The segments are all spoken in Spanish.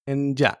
Ya.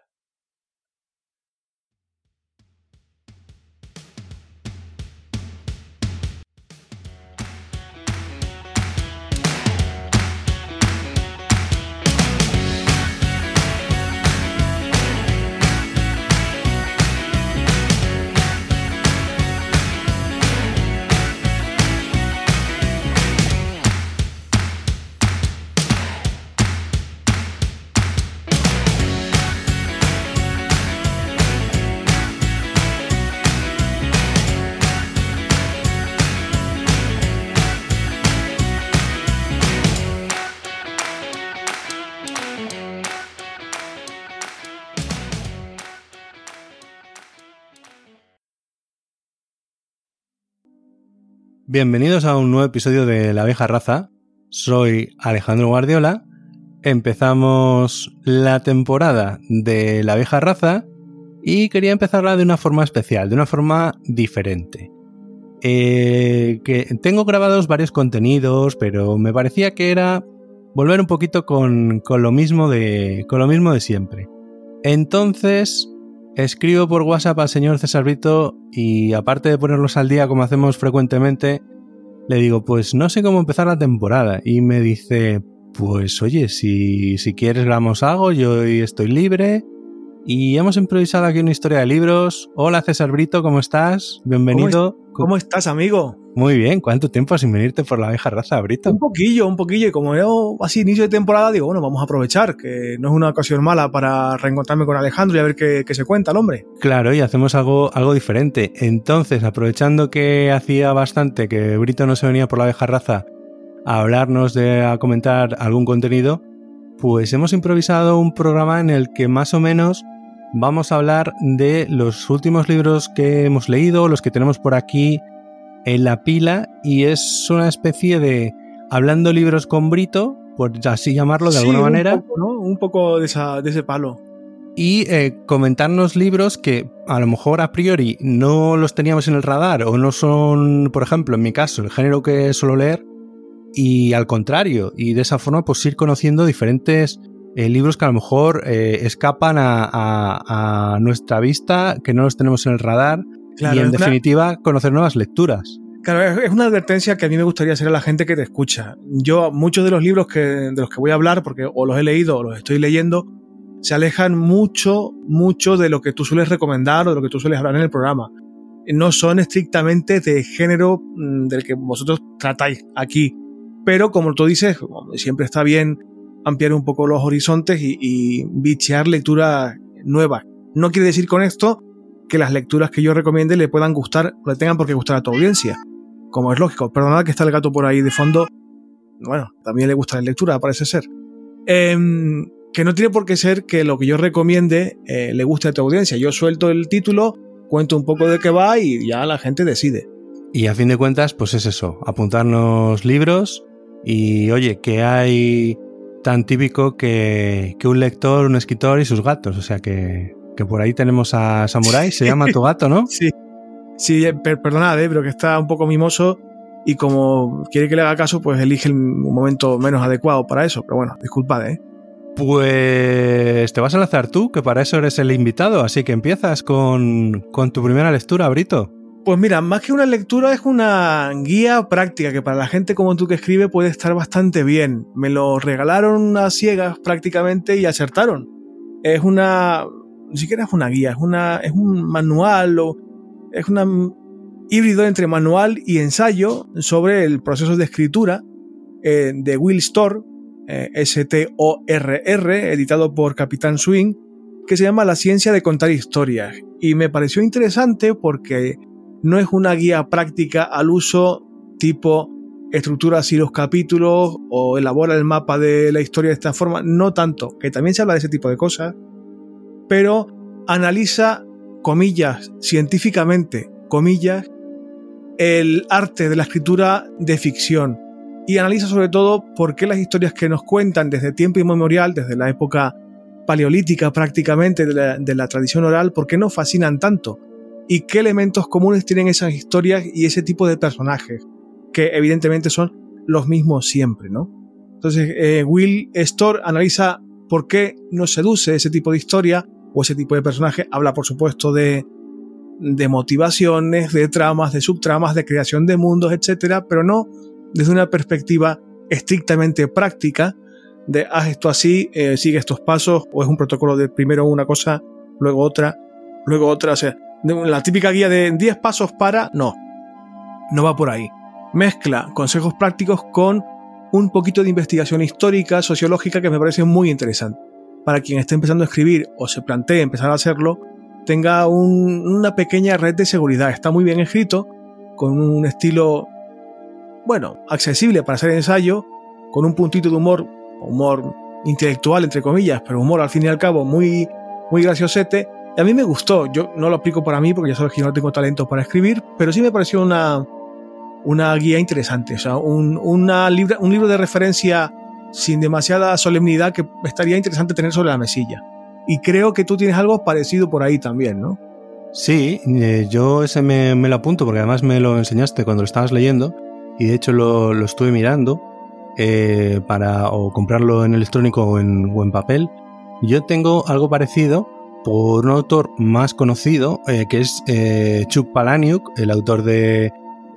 Bienvenidos a un nuevo episodio de La Vieja Raza. Soy Alejandro Guardiola. Empezamos la temporada de La Vieja Raza y quería empezarla de una forma especial, de una forma diferente. Que tengo grabados varios contenidos, pero me parecía que era volver un poquito con lo mismo de siempre. Entonces escribo por WhatsApp al señor César Brito y aparte de ponerlos al día como hacemos frecuentemente, le digo, pues no sé cómo empezar la temporada. Y me dice, pues oye, si quieres grabamos algo, yo hoy estoy libre. Y hemos improvisado aquí una historia de libros. Hola César Brito, ¿cómo estás? Bienvenido. ¿Cómo estás, amigo? Muy bien, ¿cuánto tiempo sin venirte por La Vieja Raza, Brito? Un poquillo, y como yo así inicio de temporada, digo, bueno, vamos a aprovechar, que no es una ocasión mala para reencontrarme con Alejandro y a ver qué se cuenta el hombre. Claro, y hacemos algo diferente. Entonces, aprovechando que hacía bastante que Brito no se venía por La Vieja Raza a hablarnos, a comentar algún contenido, pues hemos improvisado un programa en el que más o menos vamos a hablar de los últimos libros que hemos leído, los que tenemos por aquí en la pila, y es una especie de hablando libros con Brito, por así llamarlo de alguna manera. Poco, ¿no? Un poco de ese palo. Y comentarnos libros que a lo mejor a priori no los teníamos en el radar o no son, por ejemplo, en mi caso, el género que suelo leer, y al contrario, y de esa forma pues ir conociendo diferentes libros que a lo mejor escapan a nuestra vista, que no los tenemos en el radar, claro, y en definitiva conocer nuevas lecturas. Claro, es una advertencia que a mí me gustaría hacer a la gente que te escucha. Yo, muchos de los libros de los que voy a hablar, porque o los he leído o los estoy leyendo, se alejan mucho de lo que tú sueles recomendar o de lo que tú sueles hablar en el programa. No son estrictamente de género del que vosotros tratáis aquí. Pero como tú dices, siempre está bien ampliar un poco los horizontes y bichear lecturas nuevas. No quiere decir con esto que las lecturas que yo recomiende le puedan gustar o le tengan por qué gustar a tu audiencia. Como es lógico. Perdonad que está el gato por ahí de fondo. Bueno, también le gusta la lectura, parece ser. Que no tiene por qué ser que lo que yo recomiende le guste a tu audiencia. Yo suelto el título, cuento un poco de qué va y ya la gente decide. Y a fin de cuentas, pues es eso, apuntarnos libros y oye, que hay tan típico que un lector, un escritor y sus gatos. O sea que por ahí tenemos a Samurai, se llama tu gato, ¿no? Sí, perdonad, pero que está un poco mimoso y como quiere que le haga caso, pues elige un momento menos adecuado para eso. Pero bueno, disculpad, Pues te vas a lanzar tú, que para eso eres el invitado, así que empiezas con tu primera lectura, Brito. Pues mira, más que una lectura es una guía práctica que para la gente como tú que escribe puede estar bastante bien. Me lo regalaron a ciegas prácticamente y acertaron. Ni siquiera es una guía, es un manual o es un híbrido entre manual y ensayo sobre el proceso de escritura de Will Storr, S-T-O-R-R, editado por Capitán Swing, que se llama La ciencia de contar historias. Y me pareció interesante porque no es una guía práctica al uso tipo estructura así los capítulos o elabora el mapa de la historia de esta forma, no tanto, que también se habla de ese tipo de cosas, pero analiza, comillas, científicamente, comillas, el arte de la escritura de ficción y analiza sobre todo por qué las historias que nos cuentan desde tiempo inmemorial, desde la época paleolítica prácticamente de la tradición oral, por qué nos fascinan tanto y qué elementos comunes tienen esas historias y ese tipo de personajes, que evidentemente son los mismos siempre, ¿no? Entonces, Will Storr analiza por qué nos seduce ese tipo de historia o ese tipo de personaje. Habla, por supuesto, de motivaciones, de tramas, de subtramas, de creación de mundos, etcétera, pero no desde una perspectiva estrictamente práctica de haz esto así, sigue estos pasos, o es un protocolo de primero una cosa, luego otra, o sea, la típica guía de 10 pasos para... No va por ahí. Mezcla consejos prácticos con un poquito de investigación histórica, sociológica, que me parece muy interesante. Para quien esté empezando a escribir o se plantee empezar a hacerlo, tenga una pequeña red de seguridad. Está muy bien escrito, con un estilo, bueno, accesible para hacer ensayo, con un puntito de humor intelectual, entre comillas, pero humor al fin y al cabo muy, muy graciosete. Y a mí me gustó. Yo no lo aplico para mí, porque ya sabes que yo no tengo talento para escribir, pero sí me pareció una guía interesante. O sea, un libro de referencia sin demasiada solemnidad que estaría interesante tener sobre la mesilla. Y creo que tú tienes algo parecido por ahí también, ¿no? Sí, yo ese me lo apunto porque además me lo enseñaste cuando lo estabas leyendo y de hecho lo estuve mirando para o comprarlo en electrónico o en papel. Yo tengo algo parecido por un autor más conocido que es Chuck Palahniuk, el autor de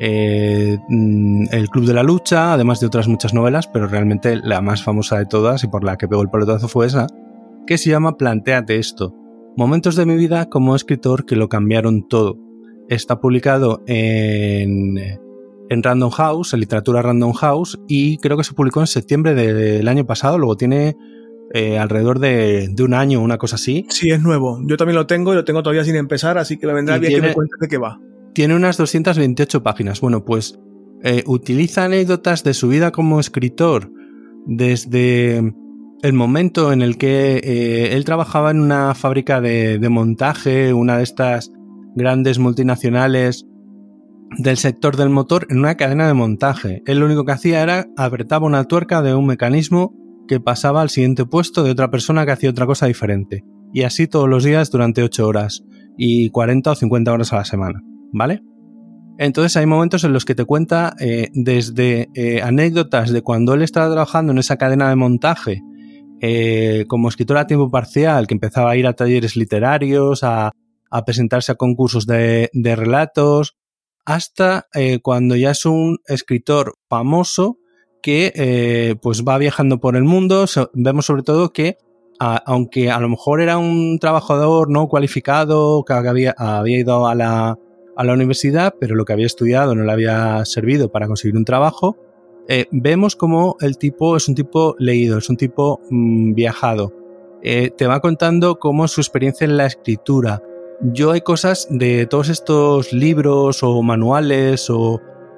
El Club de la Lucha, además de otras muchas novelas, pero realmente la más famosa de todas y por la que pegó el pelotazo fue esa, que se llama Plantéate esto. Momentos de mi vida como escritor que lo cambiaron todo. Está publicado en Random House, en literatura Random House, y creo que se publicó en septiembre del año pasado. Luego tiene alrededor de un año, una cosa así. Sí, es nuevo. Yo también lo tengo y lo tengo todavía sin empezar, así que la vendrá bien que me cuentes de qué va. Tiene unas 228 páginas. Bueno, pues utiliza anécdotas de su vida como escritor desde el momento en el que él trabajaba en una fábrica de montaje, una de estas grandes multinacionales del sector del motor, en una cadena de montaje. Él lo único que hacía era apretaba una tuerca de un mecanismo que pasaba al siguiente puesto de otra persona que hacía otra cosa diferente. Y así todos los días durante 8 horas y 40 o 50 horas a la semana, ¿vale? Entonces hay momentos en los que te cuenta desde anécdotas de cuando él estaba trabajando en esa cadena de montaje como escritor a tiempo parcial, que empezaba a ir a talleres literarios, a presentarse a concursos de relatos, hasta cuando ya es un escritor famoso que pues va viajando por el mundo. Vemos sobre todo que aunque a lo mejor era un trabajador no cualificado, que había ido a la universidad, pero lo que había estudiado no le había servido para conseguir un trabajo, vemos como el tipo es un tipo leído, es un tipo viajado. Te va contando cómo es su experiencia en la escritura. Yo hay cosas de todos estos libros o manuales o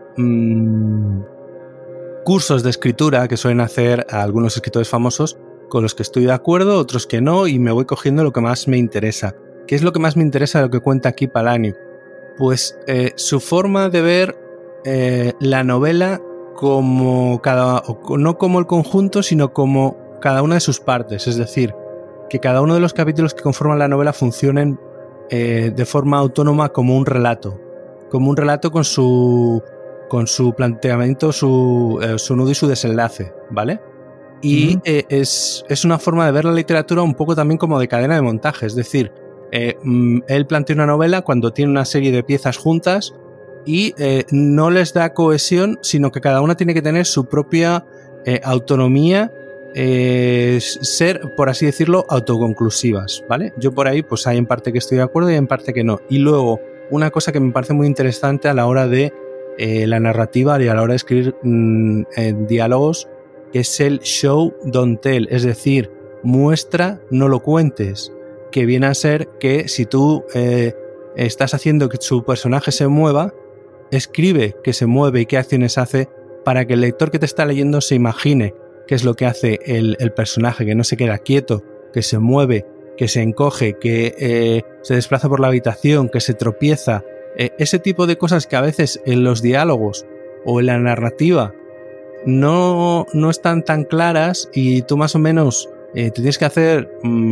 cursos de escritura que suelen hacer a algunos escritores famosos, con los que estoy de acuerdo, otros que no, y me voy cogiendo lo que más me interesa. ¿Qué es lo que más me interesa de lo que cuenta aquí Palahniuk? Pues su forma de ver la novela como no como el conjunto, sino como cada una de sus partes. Es decir, que cada uno de los capítulos que conforman la novela funcionen de forma autónoma como un relato con su planteamiento, su nudo y su desenlace, ¿vale? Y es una forma de ver la literatura un poco también como de cadena de montaje. Es decir, él plantea una novela cuando tiene una serie de piezas juntas y no les da cohesión, sino que cada una tiene que tener su propia autonomía, ser, por así decirlo, autoconclusivas, ¿vale? Yo por ahí pues hay en parte que estoy de acuerdo y en parte que no. Y luego, una cosa que me parece muy interesante a la hora de la narrativa y a la hora de escribir diálogos, que es el show don't tell, es decir, muestra, no lo cuentes, que viene a ser que si tú estás haciendo que su personaje se mueva, escribe que se mueve y qué acciones hace para que el lector que te está leyendo se imagine qué es lo que hace el personaje, que no se queda quieto, que se mueve, que se encoge, que se desplaza por la habitación, que se tropieza, ese tipo de cosas que a veces en los diálogos o en la narrativa no están tan claras y tú más o menos te tienes que hacer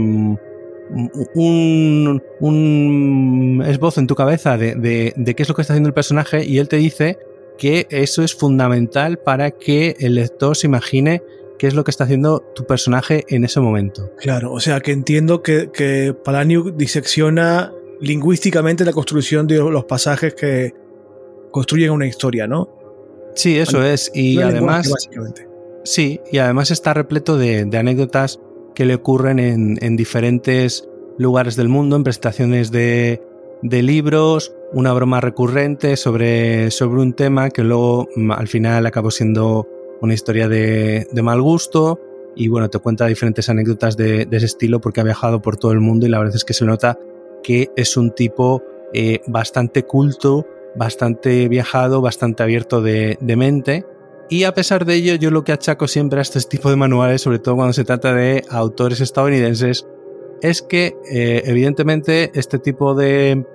un esbozo en tu cabeza de qué es lo que está haciendo el personaje, y él te dice que eso es fundamental para que el lector se imagine qué es lo que está haciendo tu personaje en ese momento. Claro, o sea que entiendo que Palahniuk disecciona lingüísticamente la construcción de los pasajes que construyen una historia, ¿no? Sí, eso es. Y además, básicamente. Sí, y además está repleto de anécdotas que le ocurren en diferentes lugares del mundo, en presentaciones de libros, una broma recurrente sobre un tema que luego al final acabó siendo una historia de mal gusto, y bueno, te cuenta diferentes anécdotas de ese estilo porque ha viajado por todo el mundo, y la verdad es que se nota que es un tipo bastante culto, bastante viajado, bastante abierto de mente. Y a pesar de ello, yo lo que achaco siempre a este tipo de manuales, sobre todo cuando se trata de autores estadounidenses, es que evidentemente este tipo de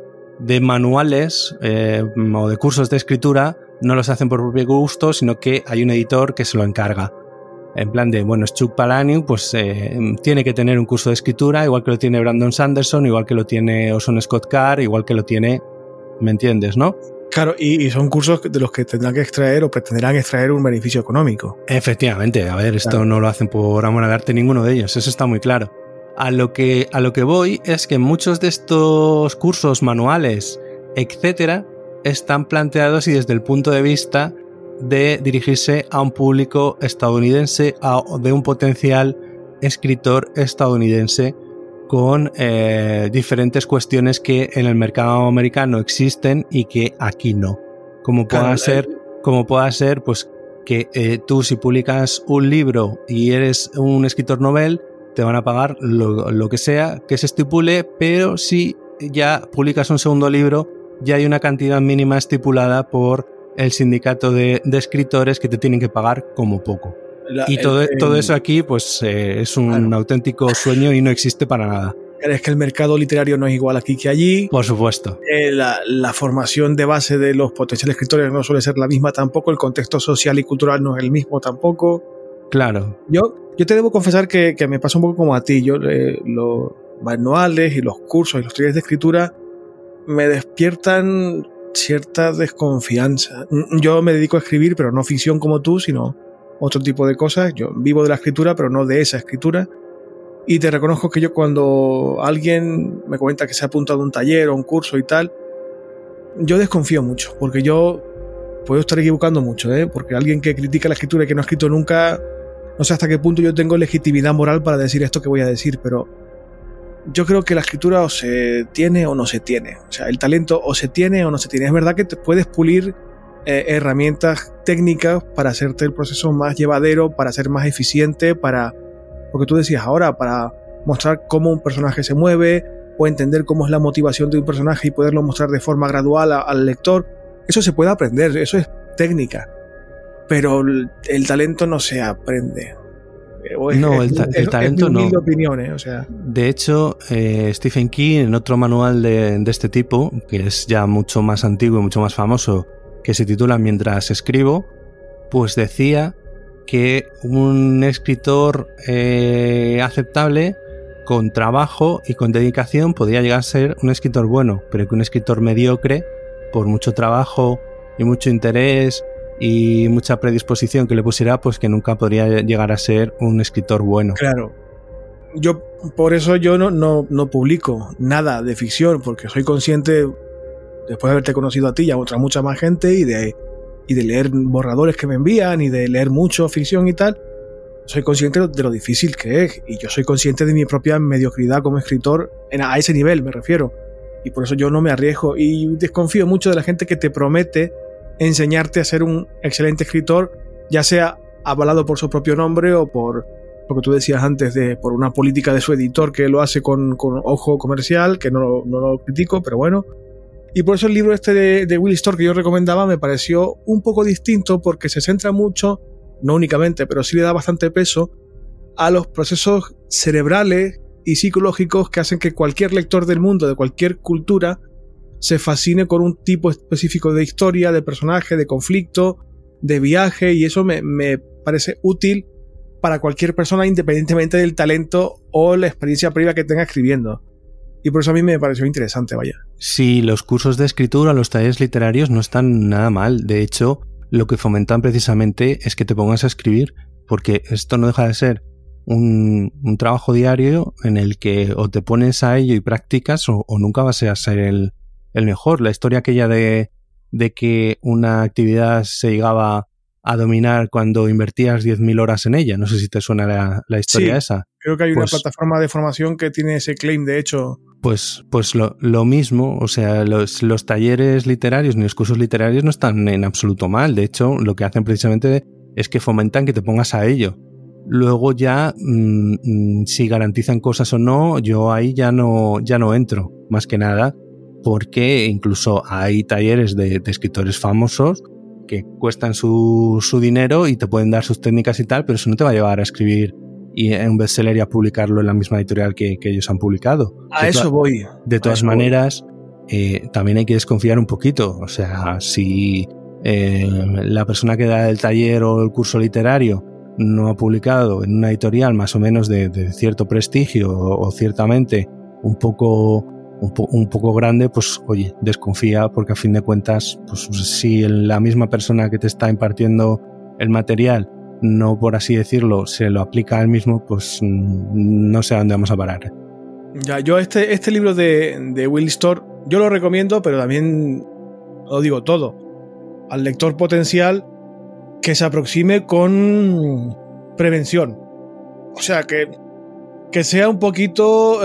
manuales o de cursos de escritura no los hacen por propio gusto, sino que hay un editor que se lo encarga. En plan de, bueno, es Chuck Palahniuk, pues tiene que tener un curso de escritura, igual que lo tiene Brandon Sanderson, igual que lo tiene Orson Scott Card, igual que lo tiene... ¿Me entiendes, no? Claro, y son cursos de los que tendrán que extraer o pretenderán extraer un beneficio económico. Efectivamente, a ver, esto no lo hacen por amor al arte ninguno de ellos, eso está muy claro. A lo que voy es que muchos de estos cursos, manuales, etcétera, están planteados y desde el punto de vista de dirigirse a un público estadounidense, de un potencial escritor estadounidense, con diferentes cuestiones que en el mercado americano existen y que aquí no. Como pueda ser pues que tú, si publicas un libro y eres un escritor novel, te van a pagar lo que sea que se estipule, pero si ya publicas un segundo libro, ya hay una cantidad mínima estipulada por el sindicato de escritores que te tienen que pagar como poco. Y todo eso aquí pues es un auténtico sueño y no existe para nada. Es que el mercado literario no es igual aquí que allí. Por supuesto. La formación de base de los potenciales escritores no suele ser la misma tampoco. El contexto social y cultural no es el mismo tampoco. Claro. Yo te debo confesar que me pasa un poco como a ti. Los manuales y los cursos y los talleres de escritura me despiertan cierta desconfianza. Yo me dedico a escribir, pero no ficción como tú, sino otro tipo de cosas. Yo vivo de la escritura, pero no de esa escritura. Y te reconozco que yo, cuando alguien me comenta que se ha apuntado a un taller o un curso y tal, yo desconfío mucho, porque yo puedo estar equivocando mucho, porque alguien que critica la escritura y que no ha escrito nunca, no sé hasta qué punto yo tengo legitimidad moral para decir esto que voy a decir, pero yo creo que la escritura o se tiene o no se tiene. O sea, el talento o se tiene o no se tiene. Es verdad que te puedes pulir herramientas técnicas para hacerte el proceso más llevadero, para ser más eficiente, porque tú decías ahora, para mostrar cómo un personaje se mueve o entender cómo es la motivación de un personaje y poderlo mostrar de forma gradual al lector. Eso se puede aprender, eso es técnica, pero el talento no se aprende. El talento no. Opiniones, o sea. De hecho, Stephen King, en otro manual de este tipo, que es ya mucho más antiguo y mucho más famoso, que se titula Mientras escribo, pues decía que un escritor aceptable, con trabajo y con dedicación, podía llegar a ser un escritor bueno, pero que un escritor mediocre, por mucho trabajo y mucho interés y mucha predisposición que le pusiera, pues que nunca podría llegar a ser un escritor bueno. Claro. Por eso yo no publico nada de ficción, porque soy consciente, después de haberte conocido a ti y a otra mucha más gente, y de leer borradores que me envían y de leer mucho ficción y tal, soy consciente de lo difícil que es, y yo soy consciente de mi propia mediocridad como escritor, a ese nivel me refiero, y por eso yo no me arriesgo, y desconfío mucho de la gente que te promete enseñarte a ser un excelente escritor, ya sea avalado por su propio nombre o por lo que tú decías antes, por una política de su editor que lo hace con ojo comercial, que no lo critico, pero bueno. Y por eso el libro de Will Storr que yo recomendaba me pareció un poco distinto, porque se centra mucho, no únicamente, pero sí le da bastante peso a los procesos cerebrales y psicológicos que hacen que cualquier lector del mundo, de cualquier cultura, se fascine con un tipo específico de historia, de personaje, de conflicto, de viaje, y eso me parece útil para cualquier persona, independientemente del talento o la experiencia previa que tenga escribiendo. Y por eso a mí me pareció interesante, vaya. Sí, los cursos de escritura, los talleres literarios no están nada mal. De hecho, lo que fomentan precisamente es que te pongas a escribir porque esto no deja de ser un trabajo diario en el que o te pones a ello y practicas o nunca vas a ser el mejor. La historia aquella de que una actividad se llegaba a dominar cuando invertías 10.000 horas en ella. No sé si te suena la historia esa. Creo que hay una plataforma de formación que tiene ese claim, de hecho. Pues lo mismo, o sea, los talleres literarios ni los cursos literarios no están en absoluto mal. De hecho, lo que hacen precisamente es que fomentan que te pongas a ello. Luego ya, si garantizan cosas o no, yo ahí ya no entro, más que nada, porque incluso hay talleres de escritores famosos que cuestan su dinero y te pueden dar sus técnicas y tal, pero eso no te va a llevar a escribir en un bestseller y a publicarlo en la misma editorial que ellos han publicado. A eso voy. De todas maneras, también hay que desconfiar un poquito. O sea, si la persona que da el taller o el curso literario no ha publicado en una editorial más o menos de cierto prestigio o ciertamente un poco grande, pues oye, desconfía, porque a fin de cuentas, pues si la misma persona que te está impartiendo el material no, por así decirlo, se lo aplica a él mismo, pues no sé a dónde vamos a parar. Ya, yo este libro de Will Storr, yo lo recomiendo, pero también lo digo todo, al lector potencial que se aproxime con prevención. O sea, que sea un poquito,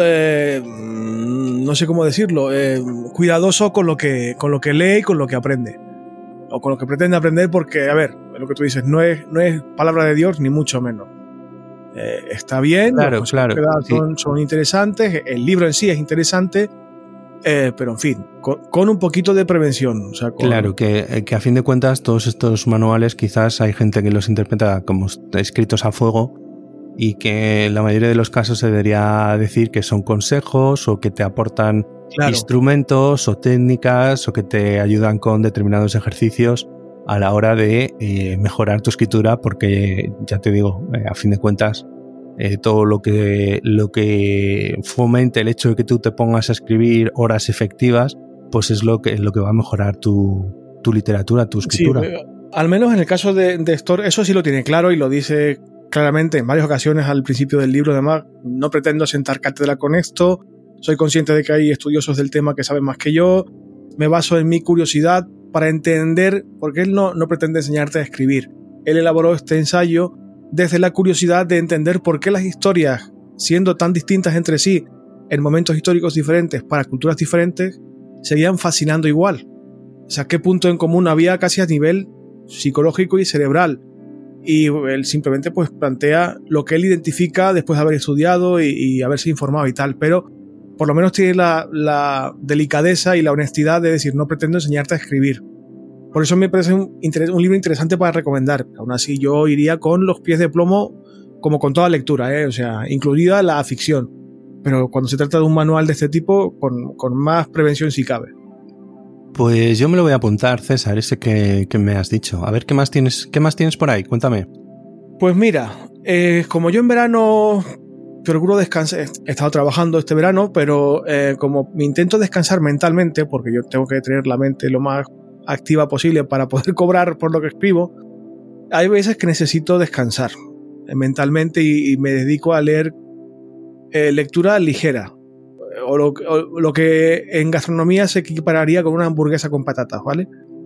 no sé cómo decirlo, cuidadoso con lo que lee y con lo que aprende. O con lo que pretende aprender, porque, a ver, lo que tú dices, no es palabra de Dios, ni mucho menos. Está bien, claro, los consejos son interesantes, el libro en sí es interesante, pero en fin, con un poquito de prevención. O sea, Claro, que a fin de cuentas todos estos manuales quizás hay gente que los interpreta como escritos a fuego y que en la mayoría de los casos se debería decir que son consejos o que te aportan instrumentos o técnicas o que te ayudan con determinados ejercicios a la hora de mejorar tu escritura, porque ya te digo, a fin de cuentas todo lo que fomente el hecho de que tú te pongas a escribir horas efectivas, pues es lo que va a mejorar tu literatura, tu escritura. Sí, al menos en el caso de Storr, eso sí lo tiene claro y lo dice claramente en varias ocasiones al principio del libro. Además, no pretendo sentar cátedra con esto, soy consciente de que hay estudiosos del tema que saben más que yo, me baso en mi curiosidad para entender, porque él no pretende enseñarte a escribir. Él elaboró este ensayo desde la curiosidad de entender por qué las historias, siendo tan distintas entre sí, en momentos históricos diferentes, para culturas diferentes, seguían fascinando igual. O sea, qué punto en común había casi a nivel psicológico y cerebral. Y él simplemente pues plantea lo que él identifica después de haber estudiado y haberse informado y tal, pero por lo menos tiene la delicadeza y la honestidad de decir, no pretendo enseñarte a escribir. Por eso me parece un libro interesante para recomendar. Aún así yo iría con los pies de plomo, como con toda lectura, o sea, incluida la ficción. Pero cuando se trata de un manual de este tipo, con más prevención si cabe. Pues yo me lo voy a apuntar, César, ese que me has dicho. A ver, ¿qué más tienes por ahí? Cuéntame. Pues mira, como yo en verano procuro descansar, he estado trabajando este verano, pero como me intento descansar mentalmente, porque yo tengo que tener la mente lo más activa posible para poder cobrar por lo que escribo, hay veces que necesito descansar mentalmente y me dedico a leer lectura ligera, o lo que en gastronomía se equipararía con una hamburguesa con patatas, ¿vale?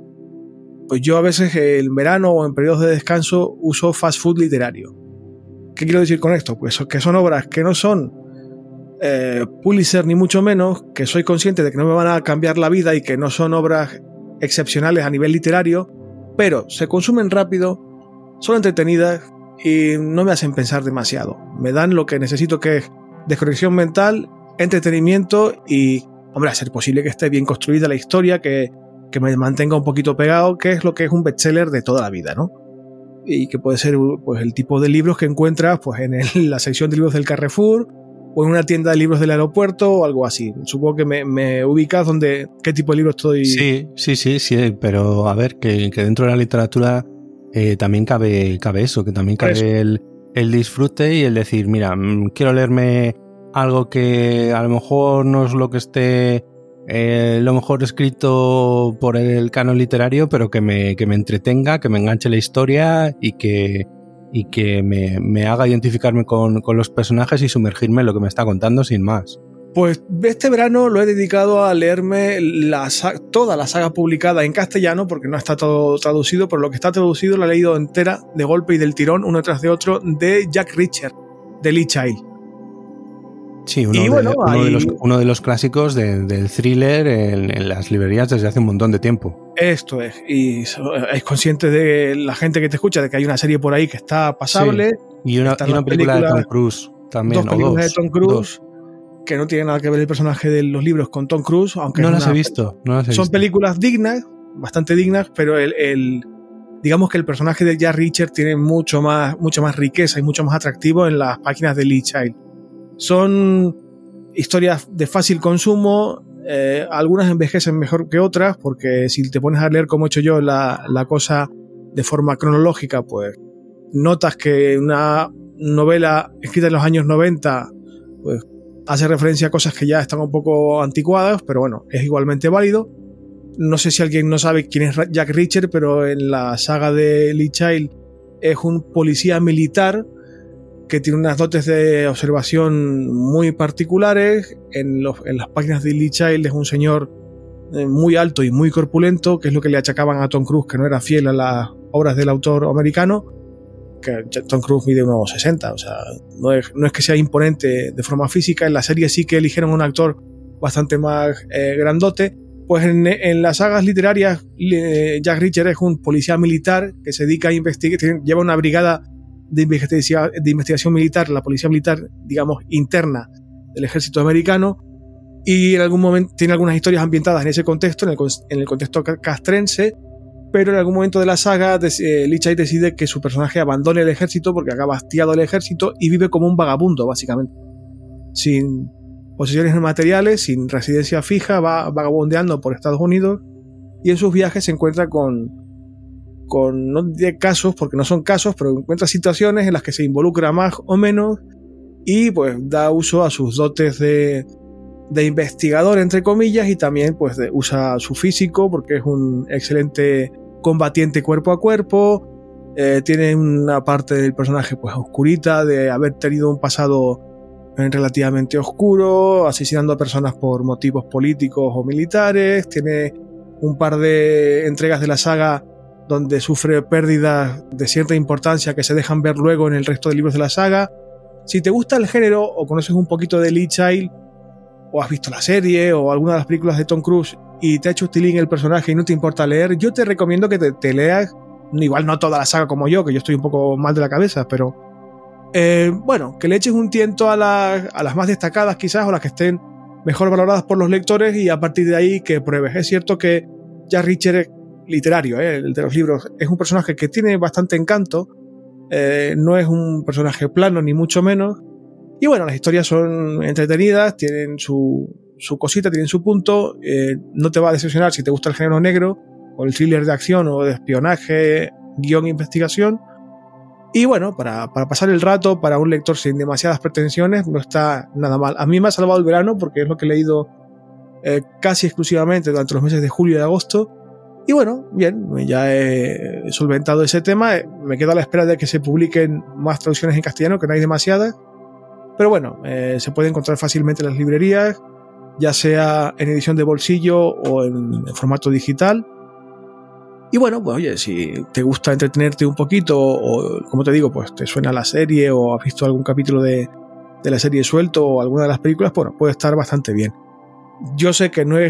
Pues yo a veces en verano o en periodos de descanso uso fast food literario. ¿Qué quiero decir con esto? Pues que son obras que no son Pulitzer ni mucho menos, que soy consciente de que no me van a cambiar la vida y que no son obras excepcionales a nivel literario, pero se consumen rápido, son entretenidas y no me hacen pensar demasiado. Me dan lo que necesito, que es desconexión mental, entretenimiento y, hombre, a ser posible que esté bien construida la historia, que me mantenga un poquito pegado, que es lo que es un bestseller de toda la vida, ¿no? Y que puede ser pues el tipo de libros que encuentras pues en la sección de libros del Carrefour o en una tienda de libros del aeropuerto o algo así. Supongo que me ubicas qué tipo de libro estoy... Sí, pero a ver, que dentro de la literatura también cabe eso, que también cabe el disfrute y el decir, mira, quiero leerme algo que a lo mejor no es lo que esté lo mejor escrito por el canon literario, pero que me entretenga, que me enganche la historia y que y que me haga identificarme con los personajes y sumergirme en lo que me está contando sin más. Pues este verano lo he dedicado a leerme toda la saga publicada en castellano, porque no está todo traducido, pero lo que está traducido lo he leído entera, de golpe y del tirón, uno tras de otro, de Jack Reacher, de Lee Child. Sí, uno de los clásicos del thriller en las librerías desde hace un montón de tiempo. Esto es, y es consciente de la gente que te escucha de que hay una serie por ahí que está pasable. Sí. Y una película de Tom Cruise también. Dos películas de Tom Cruise. Que no tiene nada que ver el personaje de los libros con Tom Cruise, aunque no las he visto. Son películas dignas, bastante dignas, pero digamos que el personaje de Jack Reacher tiene mucho más riqueza y mucho más atractivo en las páginas de Lee Child. Son historias de fácil consumo, algunas envejecen mejor que otras, porque si te pones a leer como he hecho yo la cosa de forma cronológica, pues notas que una novela escrita en los años 90 pues hace referencia a cosas que ya están un poco anticuadas, pero bueno, es igualmente válido. No sé si alguien no sabe quién es Jack Reacher, pero en la saga de Lee Child es un policía militar que tiene unas dotes de observación muy particulares. En las páginas de Lee Child es un señor muy alto y muy corpulento, que es lo que le achacaban a Tom Cruise, que no era fiel a las obras del autor americano, que Tom Cruise mide unos 60, o sea, no es que sea imponente de forma física. En la serie sí que eligieron un actor bastante más grandote. Pues en las sagas literarias Jack Reacher es un policía militar que se dedica a investigar, lleva una brigada de investigación militar, la policía militar, digamos, interna del ejército americano, y en algún momento tiene algunas historias ambientadas en ese contexto, en el contexto castrense, pero en algún momento de la saga Lee Child decide que su personaje abandone el ejército porque acaba hastiado del ejército y vive como un vagabundo, básicamente, sin posesiones materiales, sin residencia fija, va vagabundeando por Estados Unidos, y en sus viajes se encuentra con no de casos, porque no son casos, pero encuentra situaciones en las que se involucra más o menos y pues da uso a sus dotes de investigador, entre comillas, y también pues usa su físico porque es un excelente combatiente cuerpo a cuerpo. Tiene una parte del personaje pues oscurita, de haber tenido un pasado relativamente oscuro, asesinando a personas por motivos políticos o militares. Tiene un par de entregas de la saga donde sufre pérdidas de cierta importancia que se dejan ver luego en el resto de libros de la saga. Si te gusta el género o conoces un poquito de Lee Child, o has visto la serie o alguna de las películas de Tom Cruise y te ha hecho tilín el personaje y no te importa leer, yo te recomiendo que te leas, igual no toda la saga como yo, que yo estoy un poco mal de la cabeza, pero bueno, que le eches un tiento a las más destacadas quizás, o las que estén mejor valoradas por los lectores, y a partir de ahí que pruebes. Es cierto que Jack Reacher es literario, el de los libros, es un personaje que tiene bastante encanto, no es un personaje plano ni mucho menos, y bueno, las historias son entretenidas, tienen su cosita, tienen su punto, no te va a decepcionar si te gusta el género negro o el thriller de acción o de espionaje, guión, investigación. Y bueno, para pasar el rato, para un lector sin demasiadas pretensiones, no está nada mal. A mí me ha salvado el verano porque es lo que he leído casi exclusivamente durante los meses de julio y agosto. Y bueno, bien, ya he solventado ese tema. Me quedo a la espera de que se publiquen más traducciones en castellano, que no hay demasiadas. Pero bueno, se puede encontrar fácilmente en las librerías, ya sea en edición de bolsillo o en formato digital. Y bueno, pues oye, si te gusta entretenerte un poquito, o como te digo, pues te suena la serie o has visto algún capítulo de la serie suelto o alguna de las películas, bueno, puede estar bastante bien. Yo sé que no es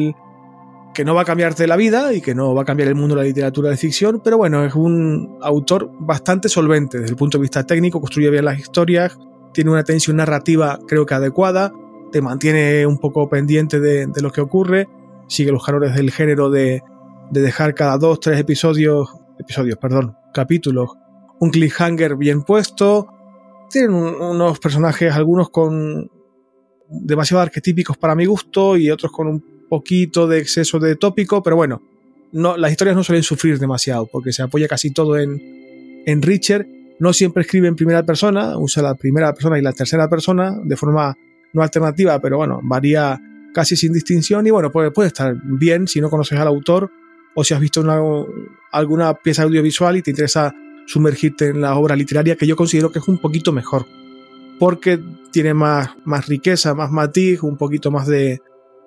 que no va a cambiarte la vida y que no va a cambiar el mundo de la literatura de ficción, pero bueno, es un autor bastante solvente desde el punto de vista técnico, construye bien las historias, tiene una tensión narrativa creo que adecuada, te mantiene un poco pendiente de lo que ocurre, sigue los cánones del género de dejar cada 2-3 capítulos, un cliffhanger bien puesto. Tienen unos personajes, algunos con demasiado arquetípicos para mi gusto y otros con un poquito de exceso de tópico, pero bueno, no, las historias no suelen sufrir demasiado porque se apoya casi todo en Reacher. No siempre escribe en primera persona, usa la primera persona y la tercera persona de forma no alternativa, pero bueno, varía casi sin distinción y bueno, puede estar bien si no conoces al autor o si has visto alguna pieza audiovisual y te interesa sumergirte en la obra literaria, que yo considero que es un poquito mejor, porque tiene más riqueza, más matiz, un poquito más de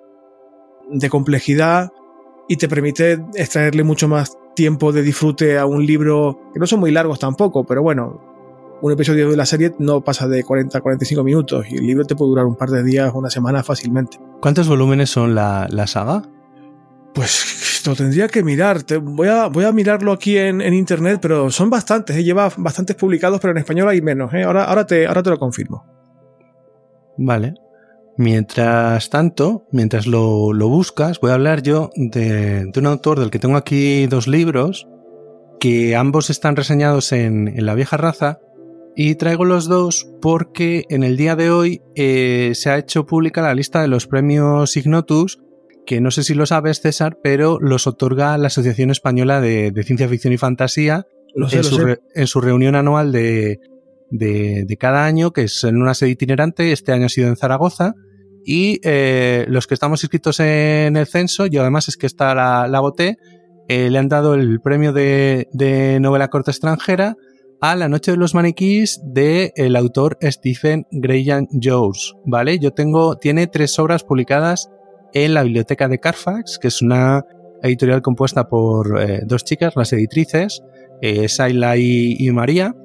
complejidad, y te permite extraerle mucho más tiempo de disfrute a un libro, que no son muy largos tampoco, pero bueno, un episodio de la serie no pasa de 40-45 minutos, y el libro te puede durar un par de días, una semana fácilmente. ¿Cuántos volúmenes son la saga? Pues lo tendría que mirar. Voy a mirarlo aquí en internet, pero son bastantes. Lleva bastantes publicados, pero en español hay menos. Ahora te lo confirmo. Vale. Mientras tanto, mientras lo buscas, voy a hablar yo de un autor del que tengo aquí 2 libros, que ambos están reseñados en La Vieja Raza, y traigo los 2 porque en el día de hoy se ha hecho pública la lista de los premios Ignotus, que no sé si lo sabes, César, pero los otorga la Asociación Española de Ciencia Ficción y Fantasía en su reunión anual de cada año, que es en una sede itinerante. Este año ha sido en Zaragoza, y los que estamos inscritos en el censo, yo además es que esta la voté, le han dado el premio de novela corta extranjera a La Noche de los Maniquís, del autor Stephen Graham Jones, ¿vale? Tiene 3 obras publicadas en la biblioteca de Carfax, que es una editorial compuesta por 2 chicas, las editrices, Sayla y María.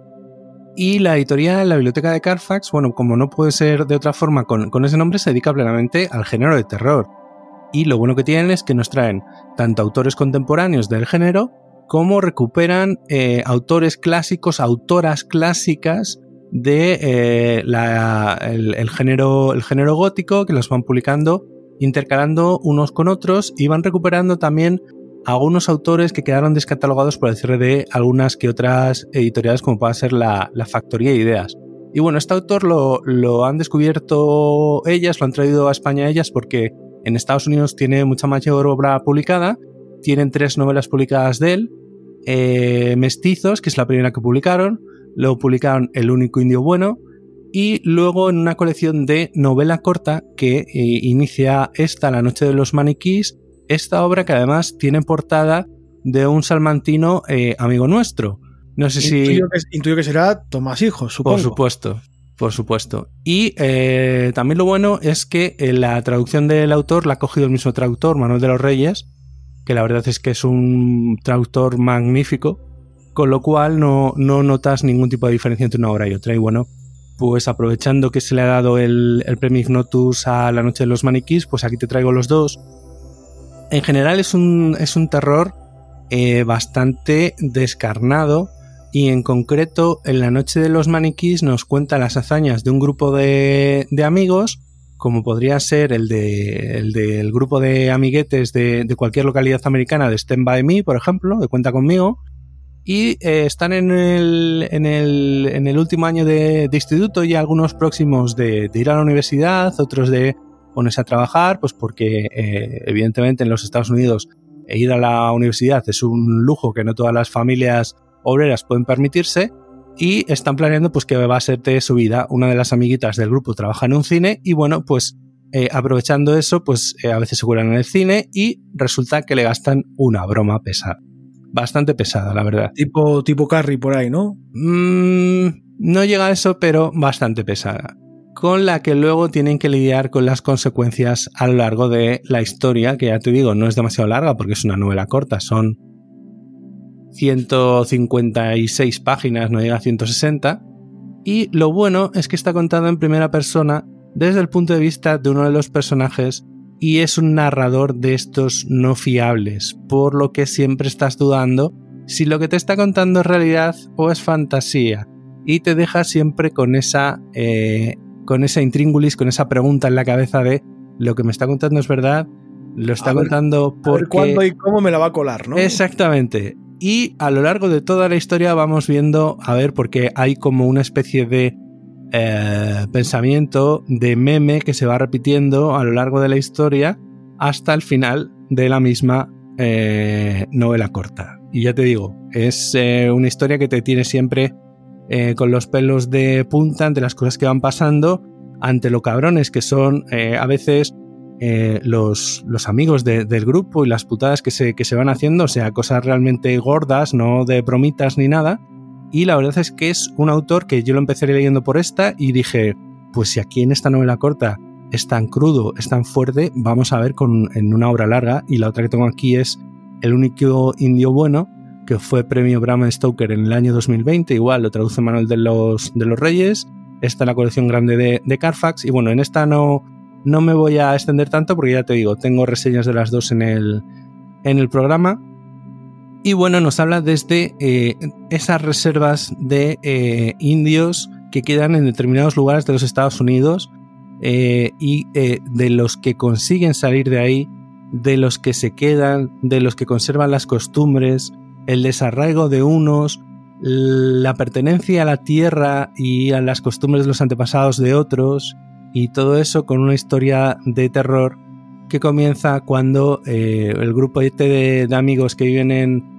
Y la editorial, la biblioteca de Carfax, bueno, como no puede ser de otra forma con ese nombre, se dedica plenamente al género de terror. Y lo bueno que tienen es que nos traen tanto autores contemporáneos del género, como recuperan autores clásicos, autoras clásicas de el género gótico, que los van publicando, intercalando unos con otros, y van recuperando también algunos autores que quedaron descatalogados por el cierre de algunas que otras editoriales, como pueda ser la Factoría de Ideas. Y bueno, este autor lo han descubierto ellas, lo han traído a España ellas, porque en Estados Unidos tiene mucha mayor obra publicada. Tienen 3 novelas publicadas de él, Mestizos, que es la primera que publicaron, luego publicaron El único indio bueno, y luego en una colección de novela corta que inicia La Noche de los Maniquís, esta obra que además tiene portada de un salmantino amigo nuestro. No sé si... Intuyo que será Tomás Hijo, supongo. Por supuesto. Y también lo bueno es que la traducción del autor la ha cogido el mismo traductor, Manuel de los Reyes, que la verdad es que es un traductor magnífico, con lo cual no notas ningún tipo de diferencia entre una obra y otra. Y bueno, pues aprovechando que se le ha dado el premio Ignotus a La Noche de los Maniquís, pues aquí te traigo los 2. En general es un terror bastante descarnado, y en concreto en La Noche de los Maniquís nos cuenta las hazañas de un grupo de amigos, como podría ser el del grupo de amiguetes de cualquier localidad americana, de Stand By Me, por ejemplo, de Cuenta Conmigo, y están en el último año de instituto, y algunos próximos de ir a la universidad, otros de ponerse a trabajar, pues porque evidentemente en los Estados Unidos ir a la universidad es un lujo que no todas las familias obreras pueden permitirse, y están planeando pues que va a ser de su vida. Una de las amiguitas del grupo trabaja en un cine, y bueno, pues aprovechando eso, pues a veces se cuelan en el cine, y resulta que le gastan una broma pesada, bastante pesada, la verdad. Tipo Carrie por ahí, ¿no? No llega a eso, pero bastante pesada, con la que luego tienen que lidiar con las consecuencias a lo largo de la historia, que ya te digo, no es demasiado larga porque es una novela corta, son 156 páginas, no llega a 160, y lo bueno es que está contado en primera persona desde el punto de vista de uno de los personajes, y es un narrador de estos no fiables, por lo que siempre estás dudando si lo que te está contando es realidad o es fantasía, y te deja siempre con esa intríngulis, con esa pregunta en la cabeza de ¿lo que me está contando es verdad? ¿Lo está contando porque... ¿Cuándo y cómo me la va a colar, no? Exactamente. Y a lo largo de toda la historia vamos viendo, porque hay como una especie de pensamiento, de meme que se va repitiendo a lo largo de la historia hasta el final de la misma novela corta. Y ya te digo, es una historia que te tiene siempre con los pelos de punta ante las cosas que van pasando, ante lo cabrones que son a veces los amigos del grupo, y las putadas que se van haciendo, o sea, cosas realmente gordas, no de bromitas ni nada, y la verdad es que es un autor que yo lo empecé leyendo por esta y dije, pues si aquí en esta novela corta es tan crudo, es tan fuerte, vamos a ver en una obra larga. Y la otra que tengo aquí es El único indio bueno, que fue premio Bram Stoker en el año 2020, igual lo traduce Manuel de los Reyes. Esta es la colección grande de Carfax, y bueno, en esta no me voy a extender tanto porque ya te digo, tengo reseñas de las dos en el programa. Y bueno, nos habla desde esas reservas de indios que quedan en determinados lugares de los Estados Unidos, y de los que consiguen salir de ahí, de los que se quedan, de los que conservan las costumbres, el desarraigo de unos, la pertenencia a la tierra y a las costumbres de los antepasados de otros, y todo eso con una historia de terror que comienza cuando el grupete de amigos que viven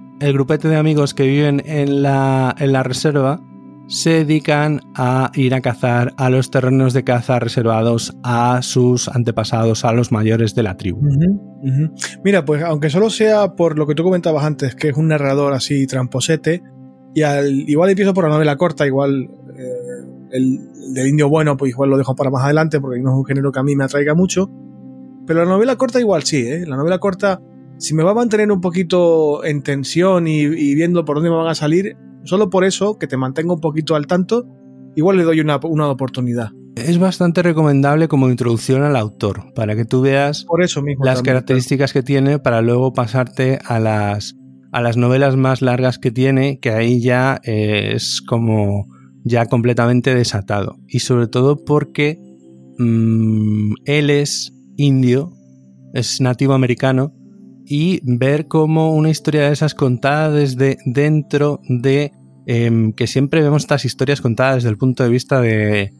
en la reserva se dedican a ir a cazar a los terrenos de caza reservados a sus antepasados, a los mayores de la tribu. Mira, pues aunque solo sea por lo que tú comentabas antes, que es un narrador así tramposete, igual empiezo por la novela corta, igual el del indio bueno, pues igual lo dejo para más adelante porque no es un género que a mí me atraiga mucho, pero la novela corta igual sí, la novela corta, si me va a mantener un poquito en tensión y viendo por dónde me van a salir, solo por eso, que te mantenga un poquito al tanto, igual le doy una oportunidad. Es bastante recomendable como introducción al autor, para que tú veas por eso mismo las también, características que tiene, para luego pasarte a las novelas más largas que tiene, que ahí ya es como ya completamente desatado. Y sobre todo porque él es indio, es nativo americano, y ver cómo una historia de esas contada desde dentro de... que siempre vemos estas historias contadas desde el punto de vista de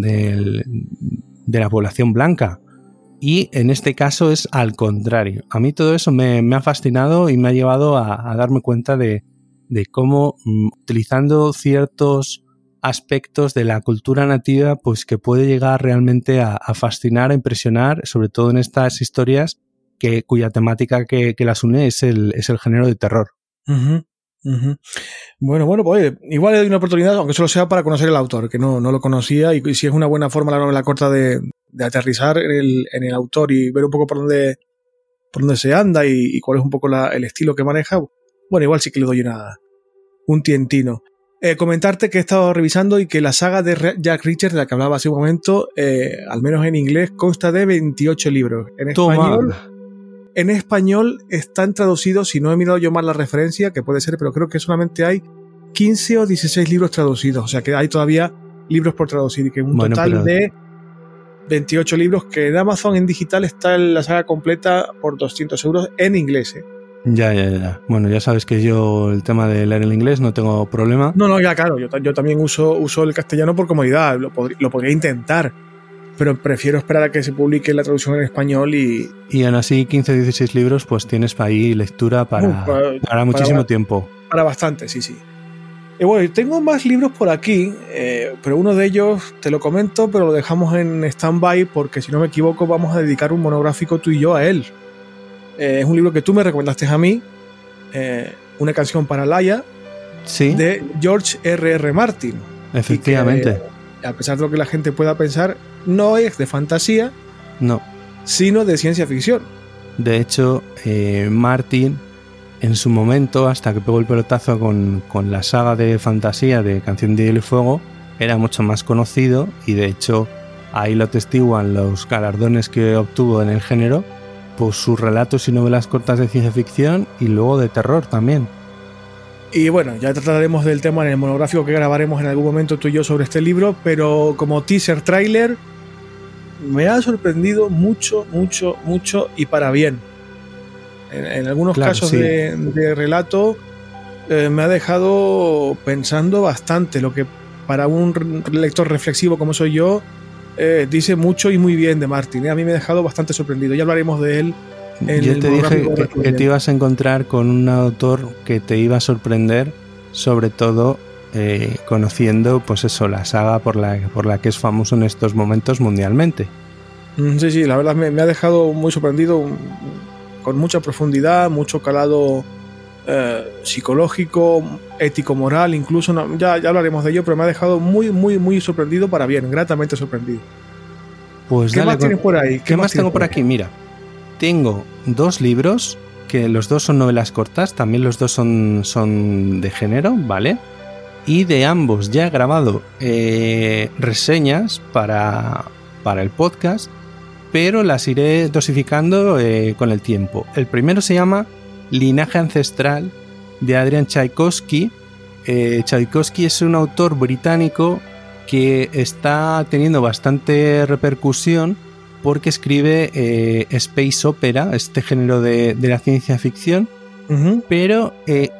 la población blanca, y en este caso es al contrario. A mí todo eso me ha fascinado y me ha llevado a darme cuenta de cómo utilizando ciertos aspectos de la cultura nativa, pues que puede llegar realmente a fascinar, a impresionar, sobre todo en estas historias cuya temática que las une es el género de terror. Bueno, pues igual le doy una oportunidad, aunque solo sea para conocer el autor, que no lo conocía, y si es una buena forma la novela corta de aterrizar en el autor y ver un poco por dónde se anda y cuál es un poco el estilo que maneja, bueno, igual sí que le doy un tientino. Comentarte que he estado revisando y que la saga de Jack Reacher, de la que hablaba hace un momento, al menos en inglés, consta de 28 libros. En español están traducidos, si no he mirado yo mal la referencia, que puede ser, pero creo que solamente hay 15 o 16 libros traducidos. O sea que hay todavía libros por traducir, y que un total de 28 libros, que en Amazon en digital está en la saga completa por 200 euros en inglés. Ya. Bueno, ya sabes que yo el tema de leer el inglés no tengo problema. No, ya claro, yo también uso el castellano por comodidad, lo podría intentar, pero prefiero esperar a que se publique la traducción en español y aún así 15 o 16 libros pues tienes para ahí lectura para muchísimo tiempo. Para bastante, sí. Y bueno, tengo más libros por aquí, pero uno de ellos te lo comento, pero lo dejamos en stand-by porque si no me equivoco vamos a dedicar un monográfico tú y yo a él. Es un libro que tú me recomendaste a mí, Una canción para Laia, ¿sí? De George R.R. Martin. Efectivamente. Que, a pesar de lo que la gente pueda pensar, no es de fantasía, no, sino de ciencia ficción. De hecho, Martin, en su momento, hasta que pegó el pelotazo con la saga de fantasía de Canción de Hielo y Fuego, era mucho más conocido, y de hecho ahí lo atestiguan los galardones que obtuvo en el género, pues sus relatos y novelas cortas de ciencia ficción y luego de terror también. Y bueno, ya trataremos del tema en el monográfico que grabaremos en algún momento tú y yo sobre este libro, pero como teaser trailer me ha sorprendido mucho y para bien. En algunos casos sí. de relato me ha dejado pensando bastante, lo que para un lector reflexivo como soy yo dice mucho y muy bien de Martin. A mí me ha dejado bastante sorprendido. Ya hablaremos de él. Yo te dije que te ibas a encontrar con un autor que te iba a sorprender, sobre todo conociendo pues eso, la saga por la que es famoso en estos momentos mundialmente. Sí, la verdad me ha dejado muy sorprendido, con mucha profundidad, mucho calado psicológico, ético-moral, incluso, no, ya hablaremos de ello, pero me ha dejado muy, muy, muy sorprendido para bien, gratamente sorprendido. Pues ¿Qué más tienes por ahí? ¿Qué más tengo por aquí? Mira, tengo 2 libros, que los 2 son novelas cortas, también los 2 son de género, ¿vale? Y de ambos ya he grabado reseñas para el podcast, pero las iré dosificando con el tiempo. El primero se llama Linaje Ancestral, de Adrian Tchaikovsky. Tchaikovsky es un autor británico que está teniendo bastante repercusión porque escribe space opera, este género de la ciencia ficción, pero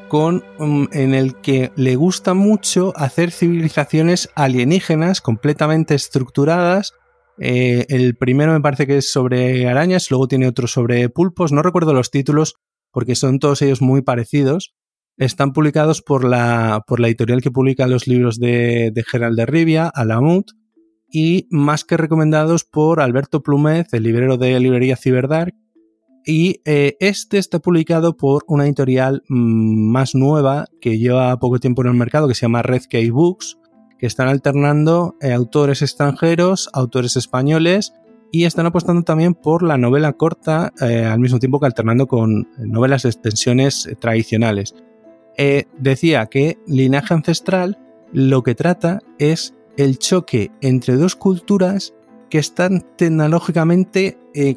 en el que le gusta mucho hacer civilizaciones alienígenas completamente estructuradas. El primero me parece que es sobre arañas, luego tiene otro sobre pulpos, no recuerdo los títulos porque son todos ellos muy parecidos. Están publicados por la editorial que publica los libros de Gerald de Rivia, Alamut, y más que recomendados por Alberto Plumez, el librero de librería Cyberdark. Y este está publicado por una editorial más nueva que lleva poco tiempo en el mercado, que se llama Red Key Books, que están alternando autores extranjeros, autores españoles, y están apostando también por la novela corta, al mismo tiempo que alternando con novelas de extensiones tradicionales. Decía que Linaje Ancestral lo que trata es el choque entre 2 culturas que están tecnológicamente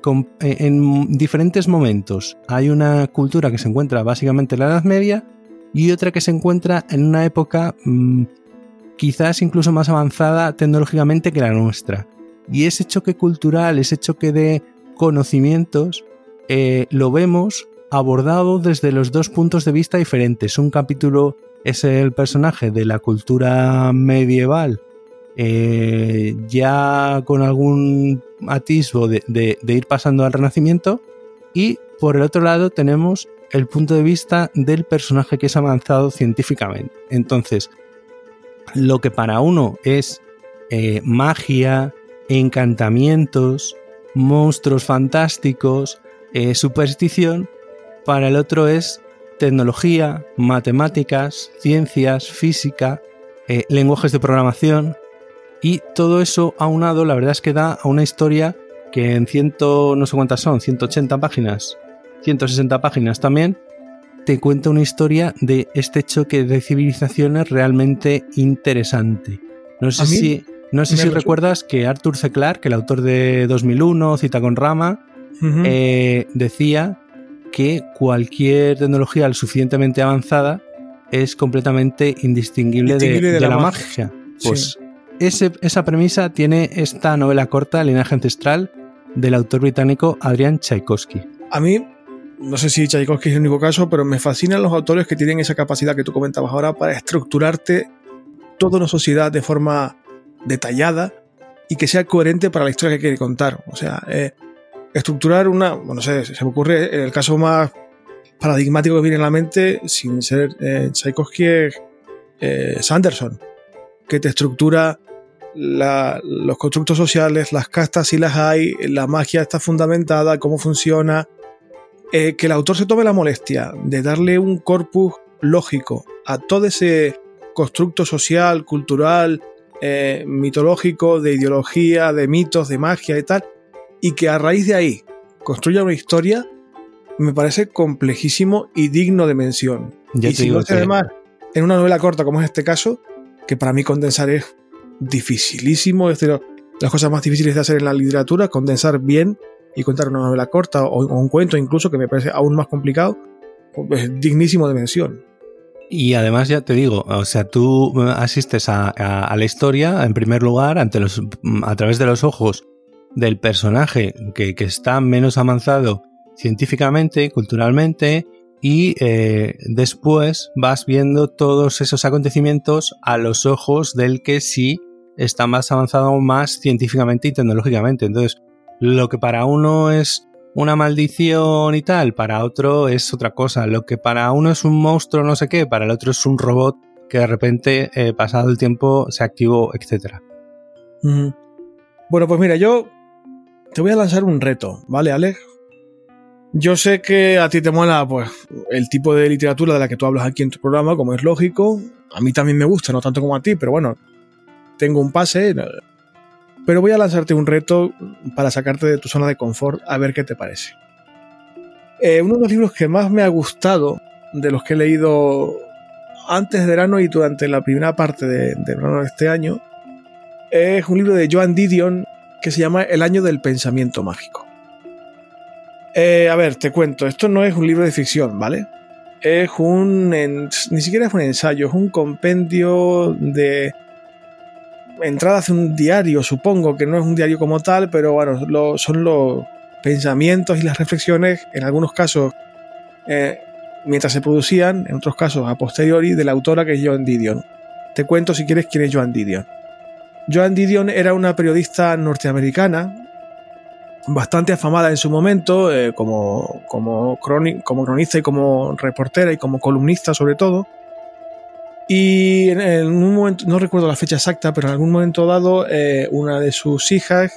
en diferentes momentos. Hay una cultura que se encuentra básicamente en la Edad Media y otra que se encuentra en una época quizás incluso más avanzada tecnológicamente que la nuestra. Y ese choque cultural, ese choque de conocimientos, lo vemos abordado desde los 2 puntos de vista diferentes. Un capítulo es el personaje de la cultura medieval, ya con algún atisbo de ir pasando al Renacimiento, y por el otro lado tenemos el punto de vista del personaje que es avanzado científicamente. Entonces, lo que para uno es magia, encantamientos, monstruos fantásticos, superstición, para el otro es tecnología, matemáticas, ciencias, física, lenguajes de programación, y todo eso aunado, la verdad es que da a una historia que en no sé cuántas son, 180 páginas, 160 páginas también, te cuenta una historia de este choque de civilizaciones realmente interesante. No sé si recuerdas que Arthur C. Clarke, el autor de 2001, Cita con Rama, decía que cualquier tecnología lo suficientemente avanzada es completamente indistinguible de la magia. Pues sí. Esa premisa tiene esta novela corta, Linaje Ancestral, del autor británico Adrian Tchaikovsky. A mí, no sé si Tchaikovsky es el único caso, pero me fascinan los autores que tienen esa capacidad que tú comentabas ahora para estructurarte toda una sociedad de forma detallada y que sea coherente para la historia que quiere contar. O sea, estructurar no sé, se me ocurre el caso más paradigmático que viene a la mente, sin ser Tchaikovsky, Sanderson, que te estructura los constructos sociales, las castas si las hay, la magia está fundamentada, cómo funciona, que el autor se tome la molestia de darle un corpus lógico a todo ese constructo social, cultural, mitológico, de ideología, de mitos, de magia y tal, y que a raíz de ahí construya una historia, me parece complejísimo y digno de mención. Ya y si lo hace además en una novela corta como es este caso, que para mí condensar es dificilísimo, es de las cosas más difíciles de hacer en la literatura, condensar bien y contar una novela corta o un cuento incluso, que me parece aún más complicado, pues dignísimo de mención. Y además ya te digo, o sea, tú asistes a la historia en primer lugar a través de los ojos del personaje que está menos avanzado científicamente, culturalmente, y después vas viendo todos esos acontecimientos a los ojos del que sí está más avanzado más científicamente y tecnológicamente. Entonces, lo que para uno es una maldición y tal, para otro es otra cosa. Lo que para uno es un monstruo no sé qué, para el otro es un robot que de repente, pasado el tiempo, se activó, etc. Bueno, pues mira, yo te voy a lanzar un reto, ¿vale, Alex? Yo sé que a ti te mola pues el tipo de literatura de la que tú hablas aquí en tu programa, como es lógico. A mí también me gusta, no tanto como a ti, pero bueno, tengo un pase. Pero voy a lanzarte un reto para sacarte de tu zona de confort, a ver qué te parece. Uno de los libros que más me ha gustado, de los que he leído antes de verano y durante la primera parte de verano de este año, es un libro de Joan Didion que se llama El año del pensamiento mágico. A ver, te cuento, esto no es un libro de ficción, ¿vale? Ni siquiera es un ensayo, es un compendio de entradas de un diario, supongo, que no es un diario como tal, pero bueno, son los pensamientos y las reflexiones, en algunos casos mientras se producían, en otros casos a posteriori, de la autora, que es Joan Didion. Te cuento, si quieres, quién es Joan Didion. Joan Didion era una periodista norteamericana bastante afamada en su momento, como cronista y como reportera y como columnista sobre todo. Y en un momento, no recuerdo la fecha exacta, pero en algún momento dado una de sus hijas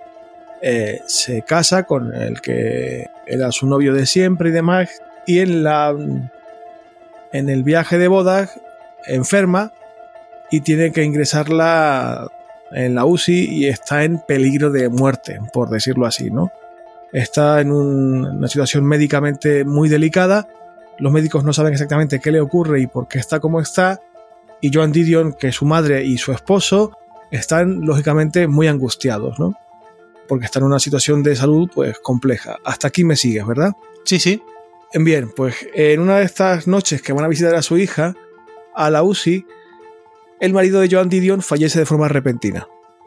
se casa con el que era su novio de siempre y demás, y en el viaje de bodas enferma y tiene que ingresarla en la UCI y está en peligro de muerte, por decirlo así, ¿no? Está en una situación médicamente muy delicada. Los médicos no saben exactamente qué le ocurre y por qué está como está, y Joan Didion, que es su madre y su esposo, están lógicamente muy angustiados, ¿no? Porque están en una situación de salud pues compleja. Hasta aquí me sigues, ¿verdad? Sí, sí. Bien, pues en una de estas noches que van a visitar a su hija a la UCI, el marido de Joan Didion fallece de forma repentina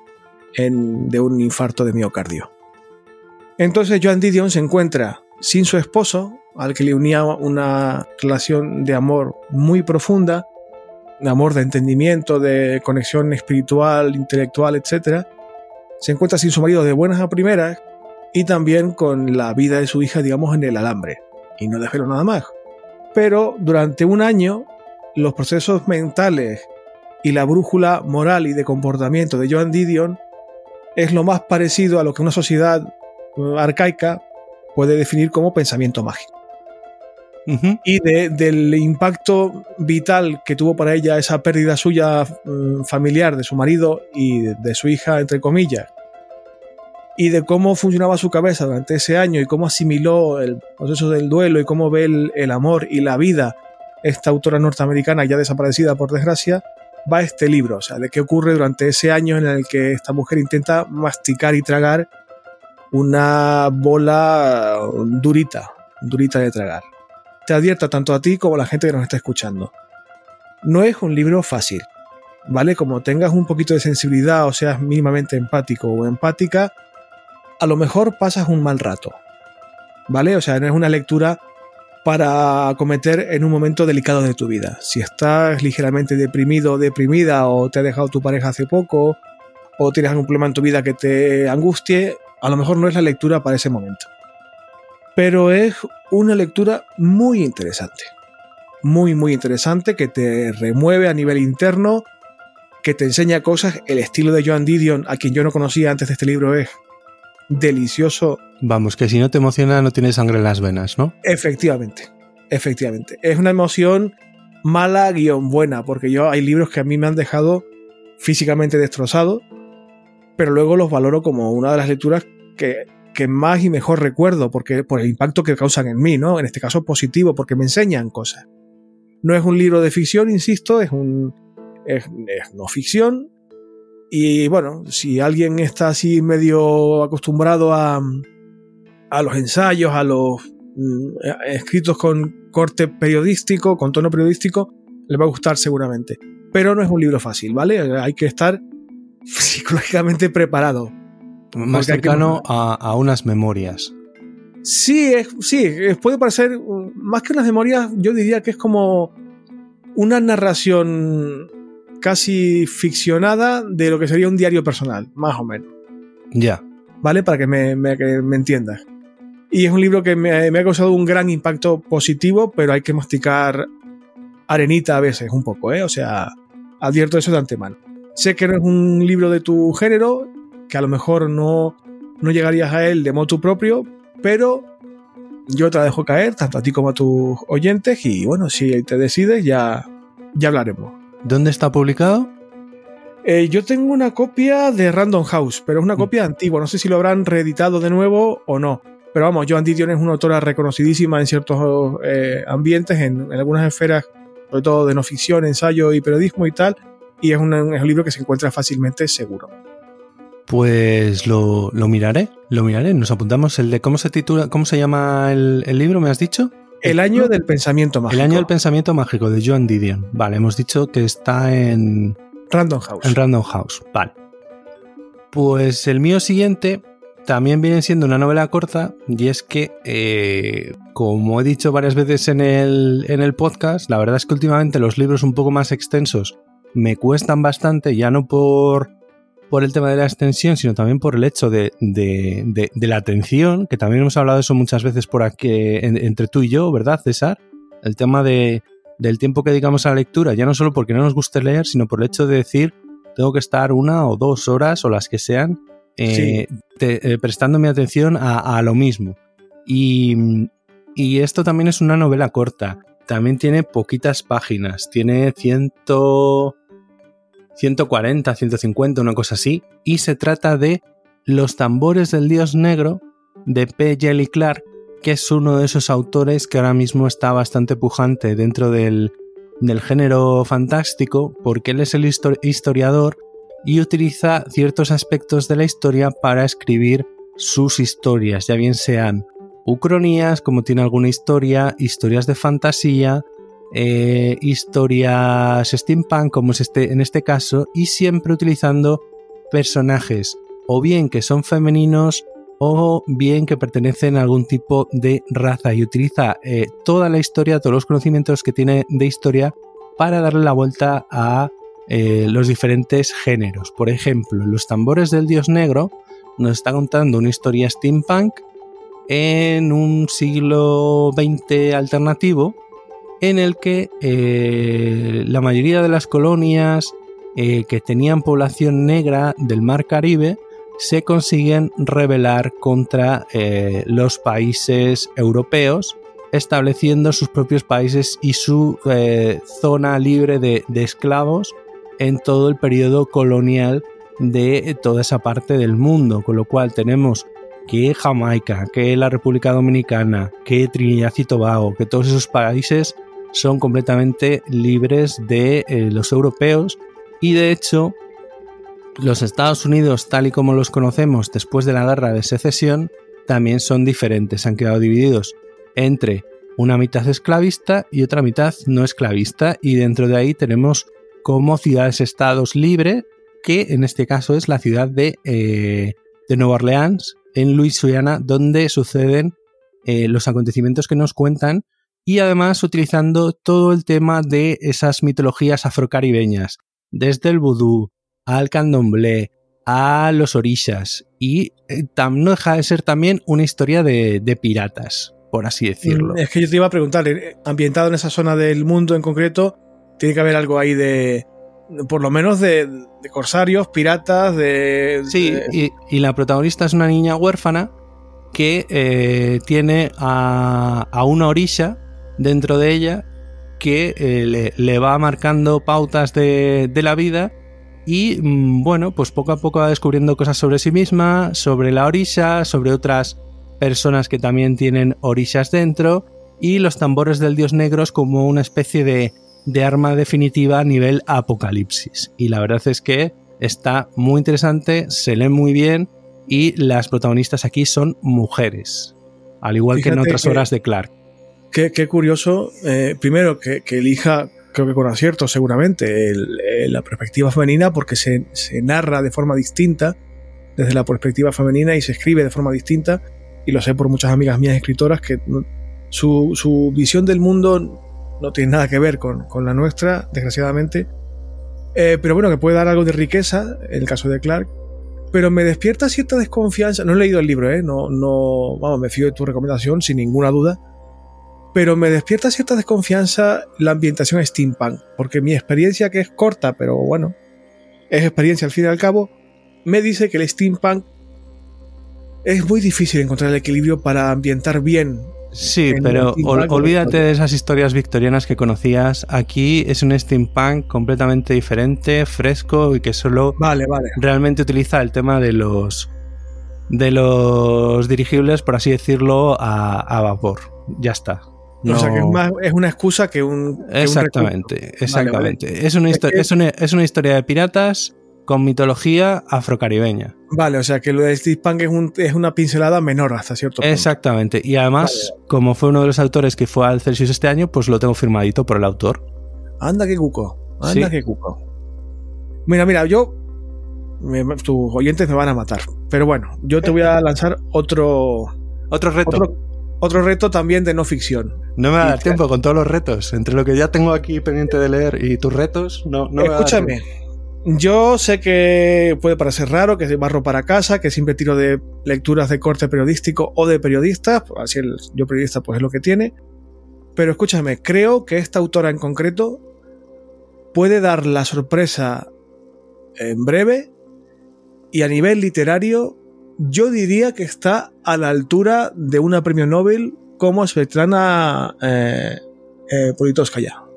de un infarto de miocardio. Entonces Joan Didion se encuentra sin su esposo, al que le unía una relación de amor muy profunda, de amor, de entendimiento, de conexión espiritual, intelectual, etc. Se encuentra sin su marido de buenas a primeras y también con la vida de su hija, digamos, en el alambre. Y no desvelo nada más. Pero durante un año, los procesos mentales y la brújula moral y de comportamiento de Joan Didion es lo más parecido a lo que una sociedad arcaica puede definir como pensamiento mágico. Uh-huh. Y del impacto vital que tuvo para ella esa pérdida suya familiar de su marido y de su hija, entre comillas, y de cómo funcionaba su cabeza durante ese año y cómo asimiló el proceso del duelo y cómo ve el amor y la vida esta autora norteamericana ya desaparecida por desgracia, va este libro, o sea, de qué ocurre durante ese año en el que esta mujer intenta masticar y tragar una bola durita de tragar. Te advierto tanto a ti como a la gente que nos está escuchando. No es un libro fácil, ¿vale? Como tengas un poquito de sensibilidad o seas mínimamente empático o empática, a lo mejor pasas un mal rato, ¿vale? O sea, no es una lectura para acometer en un momento delicado de tu vida. Si estás ligeramente deprimido o deprimida, o te ha dejado tu pareja hace poco, o tienes algún problema en tu vida que te angustie, a lo mejor no es la lectura para ese momento. Pero es una lectura muy interesante. Muy, muy interesante, que te remueve a nivel interno, que te enseña cosas. El estilo de Joan Didion, a quien yo no conocía antes de este libro, es delicioso. Vamos, que si no te emociona no tienes sangre en las venas, ¿no? Efectivamente. Es una emoción mala guión buena, porque hay libros que a mí me han dejado físicamente destrozado, pero luego los valoro como una de las lecturas que más y mejor recuerdo, porque por el impacto que causan en mí, ¿no? En este caso positivo, porque me enseñan cosas. No es un libro de ficción, insisto, es no ficción. Y bueno, si alguien está así medio acostumbrado a los ensayos, a los escritos con corte periodístico, con tono periodístico, le va a gustar seguramente. Pero no es un libro fácil, ¿vale? Hay que estar psicológicamente preparado. Más cercano a unas memorias. Sí, puede parecer, más que unas memorias, yo diría que es como una narración casi ficcionada de lo que sería un diario personal, más o menos. Ya. ¿Vale? Para que me entiendas. Y es un libro que me ha causado un gran impacto positivo, pero hay que masticar arenita a veces, un poco, ¿eh? O sea, advierto eso de antemano. Sé que no es un libro de tu género, que a lo mejor no llegarías a él de motu propio, pero yo te la dejo caer, tanto a ti como a tus oyentes, y bueno, si te decides ya hablaremos. ¿Dónde está publicado? Yo tengo una copia de Random House, pero es una copia antigua, no sé si lo habrán reeditado de nuevo o no. Pero vamos, Joan Didion es una autora reconocidísima en ciertos ambientes, en algunas esferas, sobre todo de no ficción, ensayo y periodismo y tal, y es un libro que se encuentra fácilmente seguro. Pues lo miraré. Nos apuntamos el de cómo se llama el libro, ¿me has dicho? El año del pensamiento mágico. El año del pensamiento mágico de Joan Didion. Vale, hemos dicho que está en Random House. En Random House, vale. Pues el mío siguiente también viene siendo una novela corta, y es que, como he dicho varias veces en el podcast, la verdad es que últimamente los libros un poco más extensos me cuestan bastante, ya no por el tema de la extensión, sino también por el hecho de la atención, que también hemos hablado de eso muchas veces por aquí, entre tú y yo, ¿verdad, César? El tema del tiempo que dedicamos a la lectura, ya no solo porque no nos guste leer, sino por el hecho de decir, tengo que estar 1 o 2 horas o las que sean prestando mi atención a lo mismo. Y esto también es una novela corta, también tiene poquitas páginas, tiene 140, 150, una cosa así, y se trata de Los tambores del dios negro de P. Djeli Clark, que es uno de esos autores que ahora mismo está bastante pujante dentro del género fantástico, porque él es el historiador y utiliza ciertos aspectos de la historia para escribir sus historias, ya bien sean ucronías, como tiene alguna historia, historias de fantasía, historias steampunk, como es en este caso, y siempre utilizando personajes o bien que son femeninos o bien que pertenecen a algún tipo de raza, y utiliza toda la historia, todos los conocimientos que tiene de historia para darle la vuelta a los diferentes géneros. Por ejemplo, Los tambores del dios negro nos está contando una historia steampunk en un siglo XX alternativo, en el que la mayoría de las colonias que tenían población negra del mar Caribe se consiguen rebelar contra los países europeos, estableciendo sus propios países y su zona libre de esclavos en todo el periodo colonial de toda esa parte del mundo, con lo cual tenemos que Jamaica, que la República Dominicana, que Trinidad y Tobago, que todos esos países son completamente libres de los europeos, y de hecho los Estados Unidos, tal y como los conocemos después de la Guerra de Secesión, también son diferentes, han quedado divididos entre una mitad esclavista y otra mitad no esclavista, y dentro de ahí tenemos como ciudades-estados libres, que en este caso es la ciudad de Nueva Orleans, en Luisiana, donde suceden los acontecimientos que nos cuentan, y además utilizando todo el tema de esas mitologías afrocaribeñas, desde el vudú al candomblé, a los orishas, y no deja de ser también una historia de piratas, por así decirlo. Es que yo te iba a preguntar, ambientado en esa zona del mundo en concreto, tiene que haber algo ahí por lo menos de corsarios, piratas, Sí, y la protagonista es una niña huérfana que tiene a una orisha dentro de ella que le va marcando pautas de la vida, y bueno, pues poco a poco va descubriendo cosas sobre sí misma, sobre la orisha, sobre otras personas que también tienen orishas dentro, y los tambores del dios negro como una especie de arma definitiva a nivel apocalipsis. Y la verdad es que está muy interesante, se lee muy bien, y las protagonistas aquí son mujeres, al igual que en otras obras de Clark. Qué curioso, primero que elija, creo que con acierto seguramente, la perspectiva femenina, porque se narra de forma distinta desde la perspectiva femenina y se escribe de forma distinta, y lo sé por muchas amigas mías escritoras que su visión del mundo no tiene nada que ver con la nuestra, desgraciadamente, pero bueno, que puede dar algo de riqueza en el caso de Clark. Pero me despierta cierta desconfianza. No he leído el libro, vamos, me fío de tu recomendación sin ninguna duda, pero me despierta cierta desconfianza la ambientación steampunk, porque mi experiencia, que es corta, pero bueno, es experiencia al fin y al cabo, me dice que el steampunk es muy difícil encontrar el equilibrio para ambientar bien Sí, pero olvídate de esas historias victorianas que conocías. Aquí es un steampunk completamente diferente, fresco y que solo realmente utiliza el tema de los dirigibles, por así decirlo, a vapor. Ya está. No. O sea, que es una excusa que un... Exactamente. Vale. Es una historia de piratas con mitología afrocaribeña. Vale, o sea que lo de steampunk es una pincelada menor hasta cierto punto. Exactamente. Y además, como fue uno de los autores que fue al Celsius este año, pues lo tengo firmadito por el autor. Anda que cuco. Mira, tus oyentes me van a matar. Pero bueno, yo te voy a lanzar otro reto. Otro reto también de no ficción. No me va a dar tiempo con todos los retos. Entre lo que ya tengo aquí pendiente de leer y tus retos, no me va a dar tiempo. Escúchame. Yo sé que puede parecer raro, que barro para casa, que siempre tiro de lecturas de corte periodístico o de periodistas, así yo periodista pues es lo que tiene, pero escúchame, creo que esta autora en concreto puede dar la sorpresa en breve y a nivel literario yo diría que está a la altura de una premio Nobel como Svetlana Politkovskaya.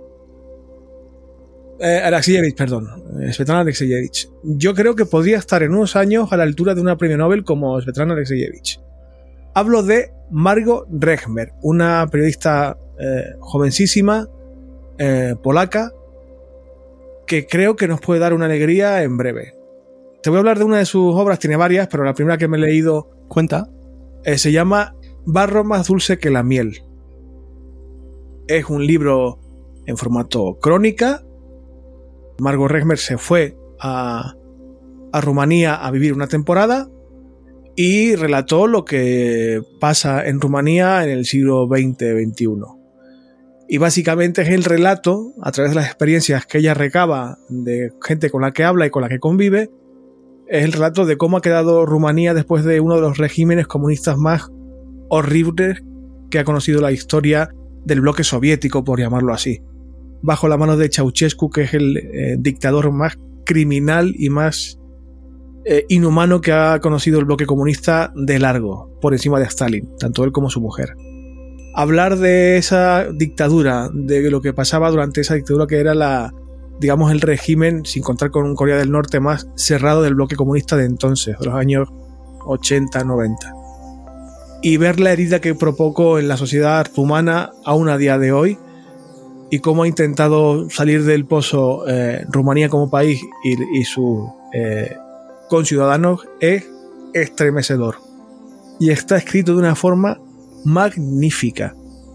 Alexievich, perdón. Svetlana Alexievich. Yo creo que podría estar en unos años a la altura de una premio Nobel como Svetlana Alexievich. Hablo de Margot Regmer, una periodista jovencísima, polaca, que creo que nos puede dar una alegría en breve. Te voy a hablar de una de sus obras, tiene varias, pero la primera que me he leído... Cuenta. Se llama Barro más dulce que la miel. Es un libro en formato crónica. Margot Regmer se fue a Rumanía a vivir una temporada y relató lo que pasa en Rumanía en el siglo XX-XXI. Y básicamente es el relato, a través de las experiencias que ella recaba de gente con la que habla y con la que convive, es el relato de cómo ha quedado Rumanía después de uno de los regímenes comunistas más horribles que ha conocido la historia del bloque soviético, por llamarlo así, bajo la mano de Ceausescu, que es el dictador más criminal y más inhumano que ha conocido el bloque comunista de largo, por encima de Stalin, tanto él como su mujer. Hablar de esa dictadura, de lo que pasaba durante esa dictadura, que era digamos el régimen, sin contar con Corea del Norte, más cerrado del bloque comunista de entonces, de los años 80-90. Y ver la herida que provocó en la sociedad rumana aún a día de hoy, y cómo ha intentado salir del pozo Rumanía como país y sus conciudadanos, es estremecedor. Y está escrito de una forma magnífica.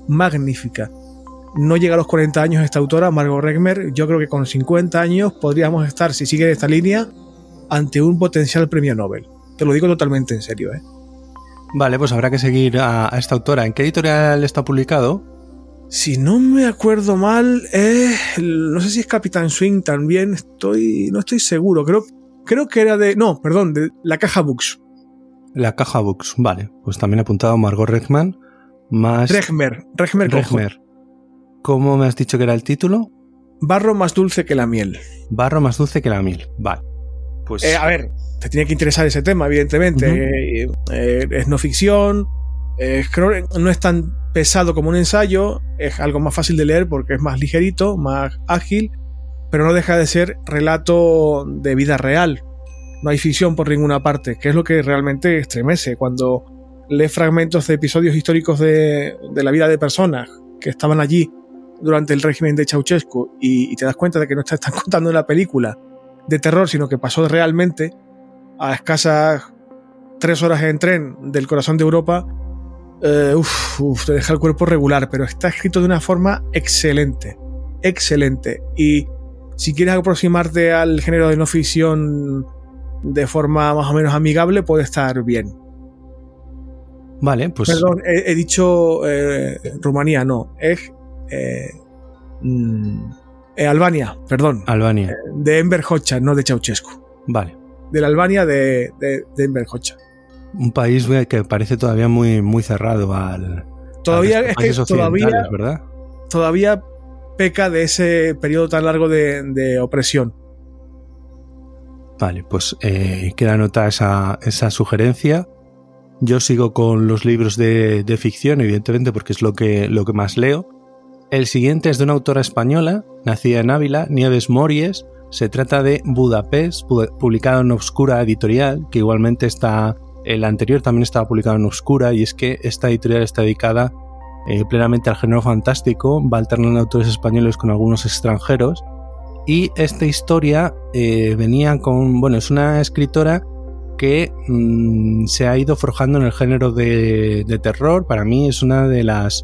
No llega a los 40 años esta autora, Margot Regmer. Yo creo que con 50 años podríamos estar, si sigue esta línea, ante un potencial premio Nobel. Te lo digo totalmente en serio, ¿eh? Vale, pues habrá que seguir a esta autora. ¿En qué editorial está publicado? Si no me acuerdo mal, no sé si es Capitán Swing también, no estoy seguro. Creo que era de La Caja Books. La Caja Books, vale. Pues también he apuntado Margot Regmer más... Regmer. ¿Cómo me has dicho que era el título? Barro más dulce que la miel. Barro más dulce que la miel, vale. Pues... a ver, te tiene que interesar ese tema, evidentemente. Es no ficción, no es tan pesado como un ensayo, es algo más fácil de leer porque es más ligerito, más ágil, pero no deja de ser relato de vida real. No hay ficción por ninguna parte, que es lo que realmente estremece cuando lees fragmentos de episodios históricos de la vida de personas que estaban allí durante el régimen de Ceausescu y te das cuenta de que no te están contando una película de terror, sino que pasó realmente a escasas 3 horas en tren del corazón de Europa. Te deja el cuerpo regular, pero está escrito de una forma excelente. Y si quieres aproximarte al género de no ficción de forma más o menos amigable, puede estar bien. Vale, pues... Perdón, he dicho Rumanía, no, es Albania, perdón. Albania. De Enver Hoxha, no de Ceausescu. Vale. De la Albania de Enver Hoxha. Un país que parece todavía muy, muy cerrado Todavía es que ¿verdad? Todavía peca de ese periodo tan largo de opresión. Vale, pues queda nota esa sugerencia. Yo sigo con los libros de ficción, evidentemente, porque es lo que más leo. El siguiente es de una autora española, nacida en Ávila, Nieves Mories. Se trata de Budapest, publicado en Obscura Editorial, que igualmente el anterior también estaba publicado en Obscura, y es que esta editorial está dedicada plenamente al género fantástico, va alternando autores españoles con algunos extranjeros, y esta historia venía con... Bueno, es una escritora que se ha ido forjando en el género de terror. Para mí es una de las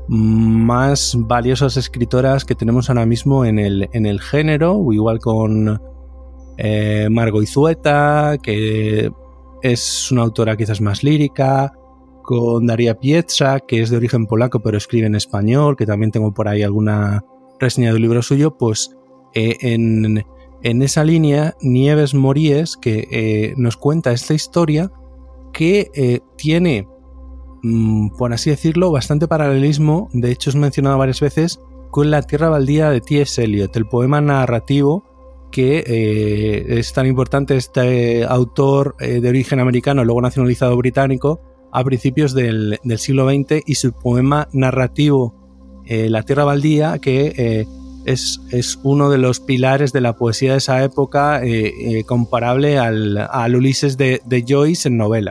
más valiosas escritoras que tenemos ahora mismo en el género, igual con Margot Izueta, que es una autora quizás más lírica, con Daria Pietrza, que es de origen polaco pero escribe en español, que también tengo por ahí alguna reseña de un libro suyo. Pues en esa línea, Nieves Mories, que nos cuenta esta historia que tiene, por así decirlo, bastante paralelismo. De hecho, es mencionado varias veces con La Tierra Baldía de T.S. Eliot, el poema narrativo que es tan importante. Este autor de origen americano, luego nacionalizado británico, a principios del siglo XX, y su poema narrativo La Tierra Baldía, que es uno de los pilares de la poesía de esa época, comparable al Ulises de Joyce en novela.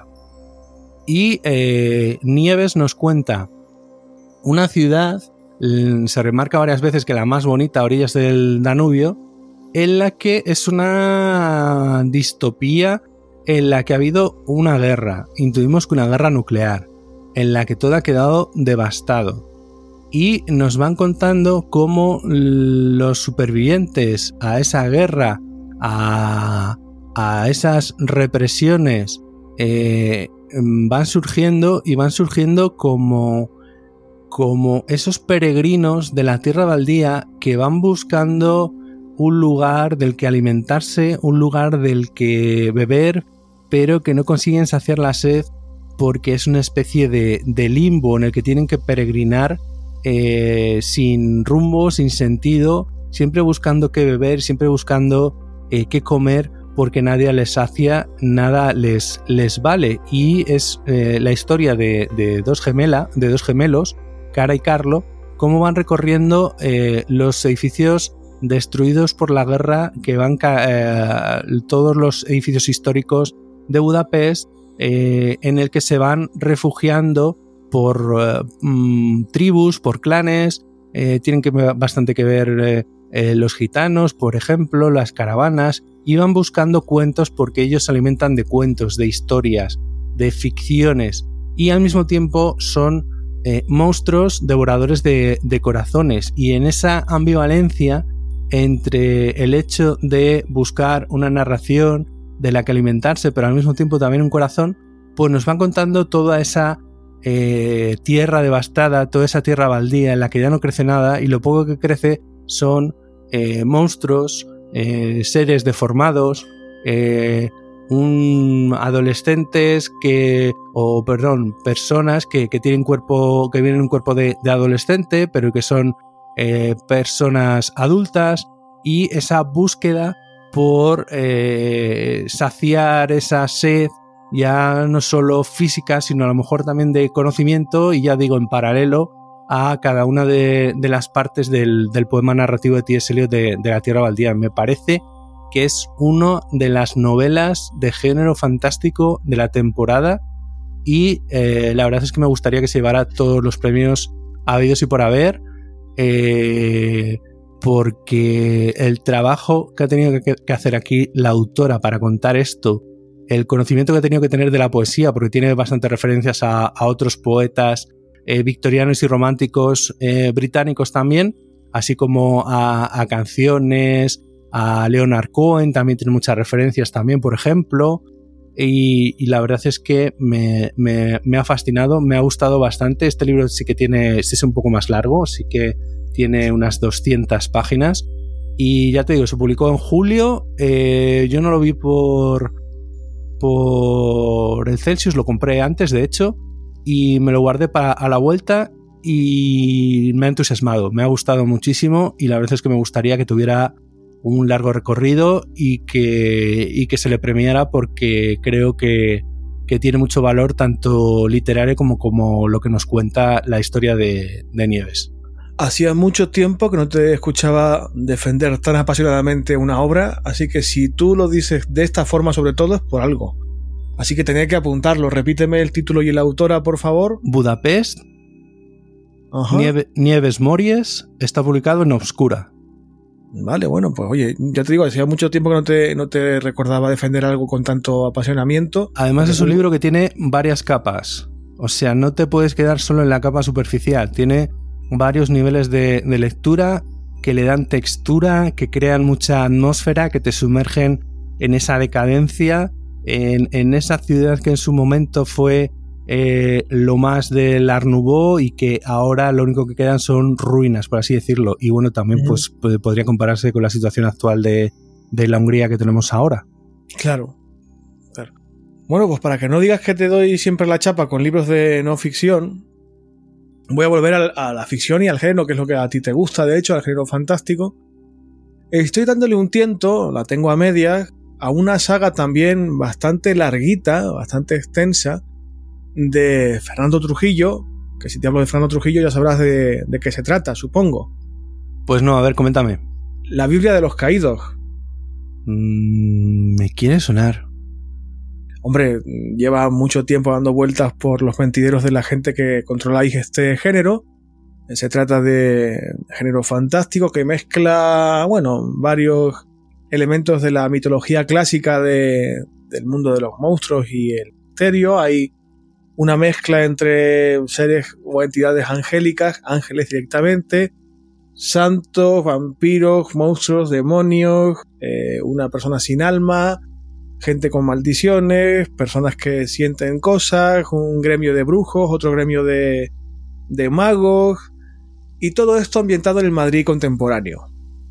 Y Nieves nos cuenta una ciudad, se remarca varias veces que la más bonita, a orillas del Danubio, en la que es una distopía en la que ha habido una guerra, intuimos que una guerra nuclear, en la que todo ha quedado devastado. Y nos van contando cómo los supervivientes a esa guerra, a esas represiones, van surgiendo como esos peregrinos de la Tierra Baldía que van buscando un lugar del que alimentarse, un lugar del que beber, pero que no consiguen saciar la sed porque es una especie de limbo en el que tienen que peregrinar sin rumbo, sin sentido, siempre buscando qué beber, siempre buscando qué comer, porque nadie les sacia, nada les vale. Y es la historia de dos gemelos, Cara y Carlo, cómo van recorriendo los edificios destruidos por la guerra, que van todos los edificios históricos de Budapest, en el que se van refugiando por tribus, por clanes. Tienen bastante que ver los gitanos, por ejemplo, las caravanas, y van buscando cuentos porque ellos se alimentan de cuentos, de historias, de ficciones, y al mismo tiempo son monstruos devoradores de corazones. Y en esa ambivalencia entre el hecho de buscar una narración de la que alimentarse, pero al mismo tiempo también un corazón, pues nos van contando toda esa tierra devastada, toda esa tierra baldía en la que ya no crece nada, y lo poco que crece son monstruos, seres deformados, adolescentes personas que tienen cuerpo, que vienen en un cuerpo de adolescente, pero que son personas adultas, y esa búsqueda por saciar esa sed, ya no solo física, sino a lo mejor también de conocimiento, y ya digo, en paralelo a cada una de las partes del poema narrativo de T.S. Eliot de La Tierra Baldía. Me parece que es una de las novelas de género fantástico de la temporada, y la verdad es que me gustaría que se llevara todos los premios habidos y por haber, porque el trabajo que ha tenido que hacer aquí la autora para contar esto, el conocimiento que ha tenido que tener de la poesía, porque tiene bastantes referencias a otros poetas victorianos y románticos británicos también, así como a canciones, a Leonard Cohen también tiene muchas referencias también, por ejemplo, y la verdad es que me ha fascinado, me ha gustado bastante. Este libro sí que es un poco más largo, sí que tiene unas 200 páginas, y ya te digo, se publicó en julio. Yo no lo vi por el Celsius, lo compré antes, de hecho, y me lo guardé a la vuelta, y me ha entusiasmado, me ha gustado muchísimo, y la verdad es que me gustaría que tuviera un largo recorrido y que se le premiara, porque creo que que tiene mucho valor tanto literario como lo que nos cuenta la historia de Nieves. Hacía mucho tiempo que no te escuchaba defender tan apasionadamente una obra, así que si tú lo dices de esta forma sobre todo es por algo. Así que tenía que apuntarlo. Repíteme el título y la autora, por favor. Budapest, Nieves Mories, está publicado en Obscura. Vale, bueno, pues oye, ya te digo, hacía mucho tiempo que no te recordaba defender algo con tanto apasionamiento. Además es un libro que tiene varias capas. O sea, no te puedes quedar solo en la capa superficial. Tiene varios niveles de lectura que le dan textura, que crean mucha atmósfera, que te sumergen en esa decadencia, en esa ciudad que en su momento fue lo más del Art Nouveau y que ahora lo único que quedan son ruinas, por así decirlo. Y bueno, también pues podría compararse con la situación actual de la Hungría que tenemos ahora. Claro. Bueno, pues para que no digas que te doy siempre la chapa con libros de no ficción, voy a volver a la ficción y al género, que es lo que a ti te gusta, de hecho, al género fantástico. Estoy dándole un tiento, la tengo a medias, a una saga también bastante larguita, bastante extensa, de Fernando Trujillo, que si te hablo de Fernando Trujillo ya sabrás de qué se trata, supongo. Pues no, a ver, coméntame. La Biblia de los Caídos. Me quiere sonar. Hombre, lleva mucho tiempo dando vueltas por los mentideros de la gente que controláis este género. Se trata de género fantástico que mezcla, bueno, varios elementos de la mitología clásica del mundo de los monstruos y el misterio. Hay una mezcla entre seres o entidades angélicas, ángeles directamente, santos, vampiros, monstruos, demonios, una persona sin alma, gente con maldiciones, personas que sienten cosas, un gremio de brujos, otro gremio de magos, y todo esto ambientado en el Madrid contemporáneo.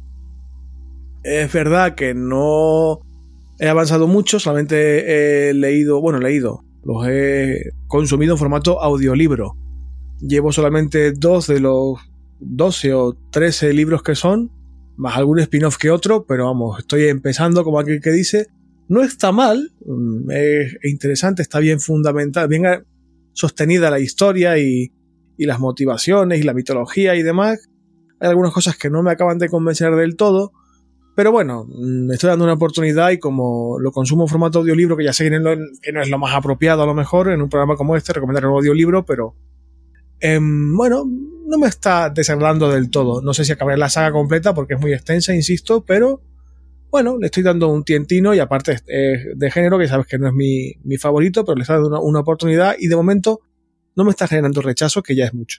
Es verdad que no he avanzado mucho, solamente he leído, los he consumido en formato audiolibro. Llevo solamente 2 de los 12 o 13 libros que son, más algún spin-off que otro, pero vamos, estoy empezando como aquel que dice. No está mal, es interesante, está bien fundamental, bien sostenida la historia y las motivaciones y la mitología y demás. Hay algunas cosas que no me acaban de convencer del todo, pero bueno, estoy dando una oportunidad y como lo consumo en formato audiolibro, que ya sé que no es lo más apropiado a lo mejor en un programa como este, recomendar el audiolibro, pero bueno, no me está desagradando del todo. No sé si acabaré la saga completa porque es muy extensa, insisto, pero bueno, le estoy dando un tientino y aparte es de género, que sabes que no es mi favorito, pero le estoy dando una oportunidad y de momento no me está generando rechazo, que ya es mucho.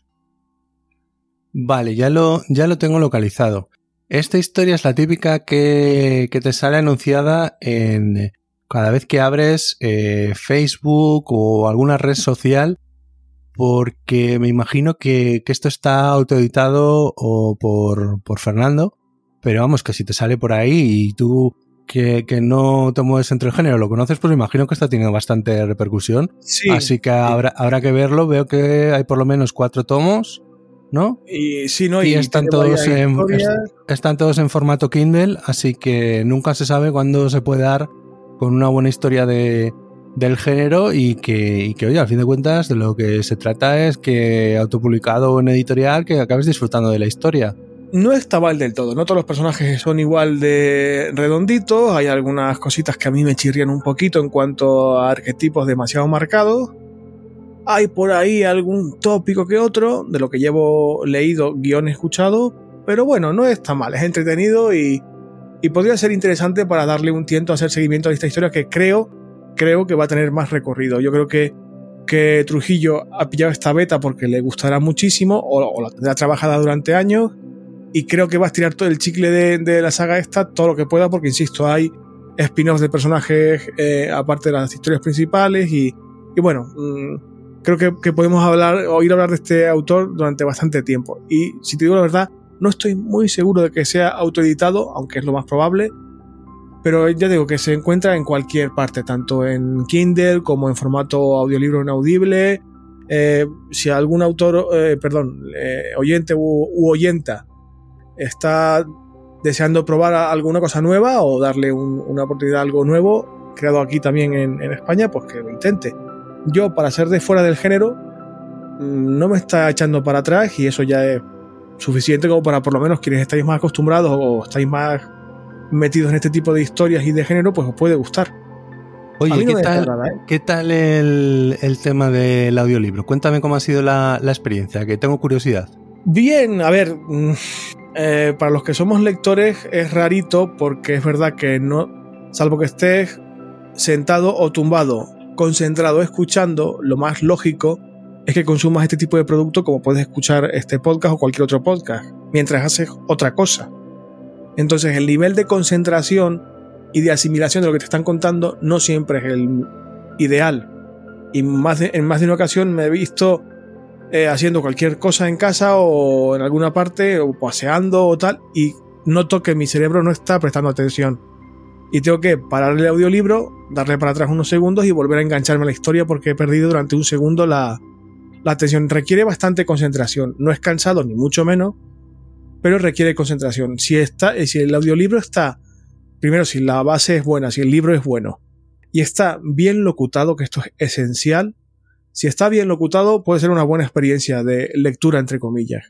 Vale, ya lo tengo localizado. Esta historia es la típica que te sale anunciada en cada vez que abres Facebook o alguna red social, porque me imagino que esto está autoeditado o por Fernando, pero vamos, que si te sale por ahí y tú que no te mueves entre el género lo conoces, pues me imagino que está teniendo bastante repercusión. Sí, así que habrá que verlo. Veo que hay por lo menos 4 tomos, ¿no? Y sí, ¿no? Y están todos en formato Kindle, así que nunca se sabe cuándo se puede dar con una buena historia del género y que oye, al fin de cuentas de lo que se trata es que autopublicado en editorial que acabes disfrutando de la historia. No está mal del todo, no todos los personajes son igual de redonditos, hay algunas cositas que a mí me chirrían un poquito en cuanto a arquetipos demasiado marcados. Hay por ahí algún tópico que otro, de lo que llevo leído, guión escuchado, pero bueno, no está mal, es entretenido y podría ser interesante para darle un tiento a hacer seguimiento a esta historia que creo que va a tener más recorrido. Yo creo que Trujillo ha pillado esta beta porque le gustará muchísimo o la tendrá trabajada durante años y creo que va a estirar todo el chicle de la saga esta todo lo que pueda porque, insisto, hay spin-offs de personajes aparte de las historias principales y bueno, creo que podemos oír hablar de este autor durante bastante tiempo y si te digo la verdad no estoy muy seguro de que sea autoeditado, aunque es lo más probable, pero ya digo que se encuentra en cualquier parte, tanto en Kindle como en formato audiolibro inaudible. Si algún autor, oyente u oyenta está deseando probar alguna cosa nueva o darle una oportunidad a algo nuevo, creado aquí también en España, pues que lo intente. yo, para ser de fuera del género, no me está echando para atrás, y eso ya es suficiente como para, por lo menos, quienes estáis más acostumbrados o estáis más metidos en este tipo de historias y de género, pues os puede gustar. Oye, ¿qué tal el tema del audiolibro? Cuéntame cómo ha sido la experiencia, que tengo curiosidad. Bien, a ver, para los que somos lectores es rarito, porque es verdad que no, salvo que estés sentado o tumbado, concentrado, escuchando, lo más lógico es que consumas este tipo de producto, como puedes escuchar este podcast o cualquier otro podcast, mientras haces otra cosa. Entonces el nivel de concentración y de asimilación de lo que te están contando no siempre es el ideal. Y en más de una ocasión me he visto haciendo cualquier cosa en casa o en alguna parte, o paseando o tal, y noto que mi cerebro no está prestando atención. Y tengo que parar el audiolibro, darle para atrás unos segundos y volver a engancharme a la historia, porque he perdido durante un segundo la atención. Requiere bastante concentración. No es cansado, ni mucho menos, pero requiere concentración. Si el audiolibro está, primero, si la base es buena, si el libro es bueno y está bien locutado, que esto es esencial. Si está bien locutado, puede ser una buena experiencia de lectura, entre comillas.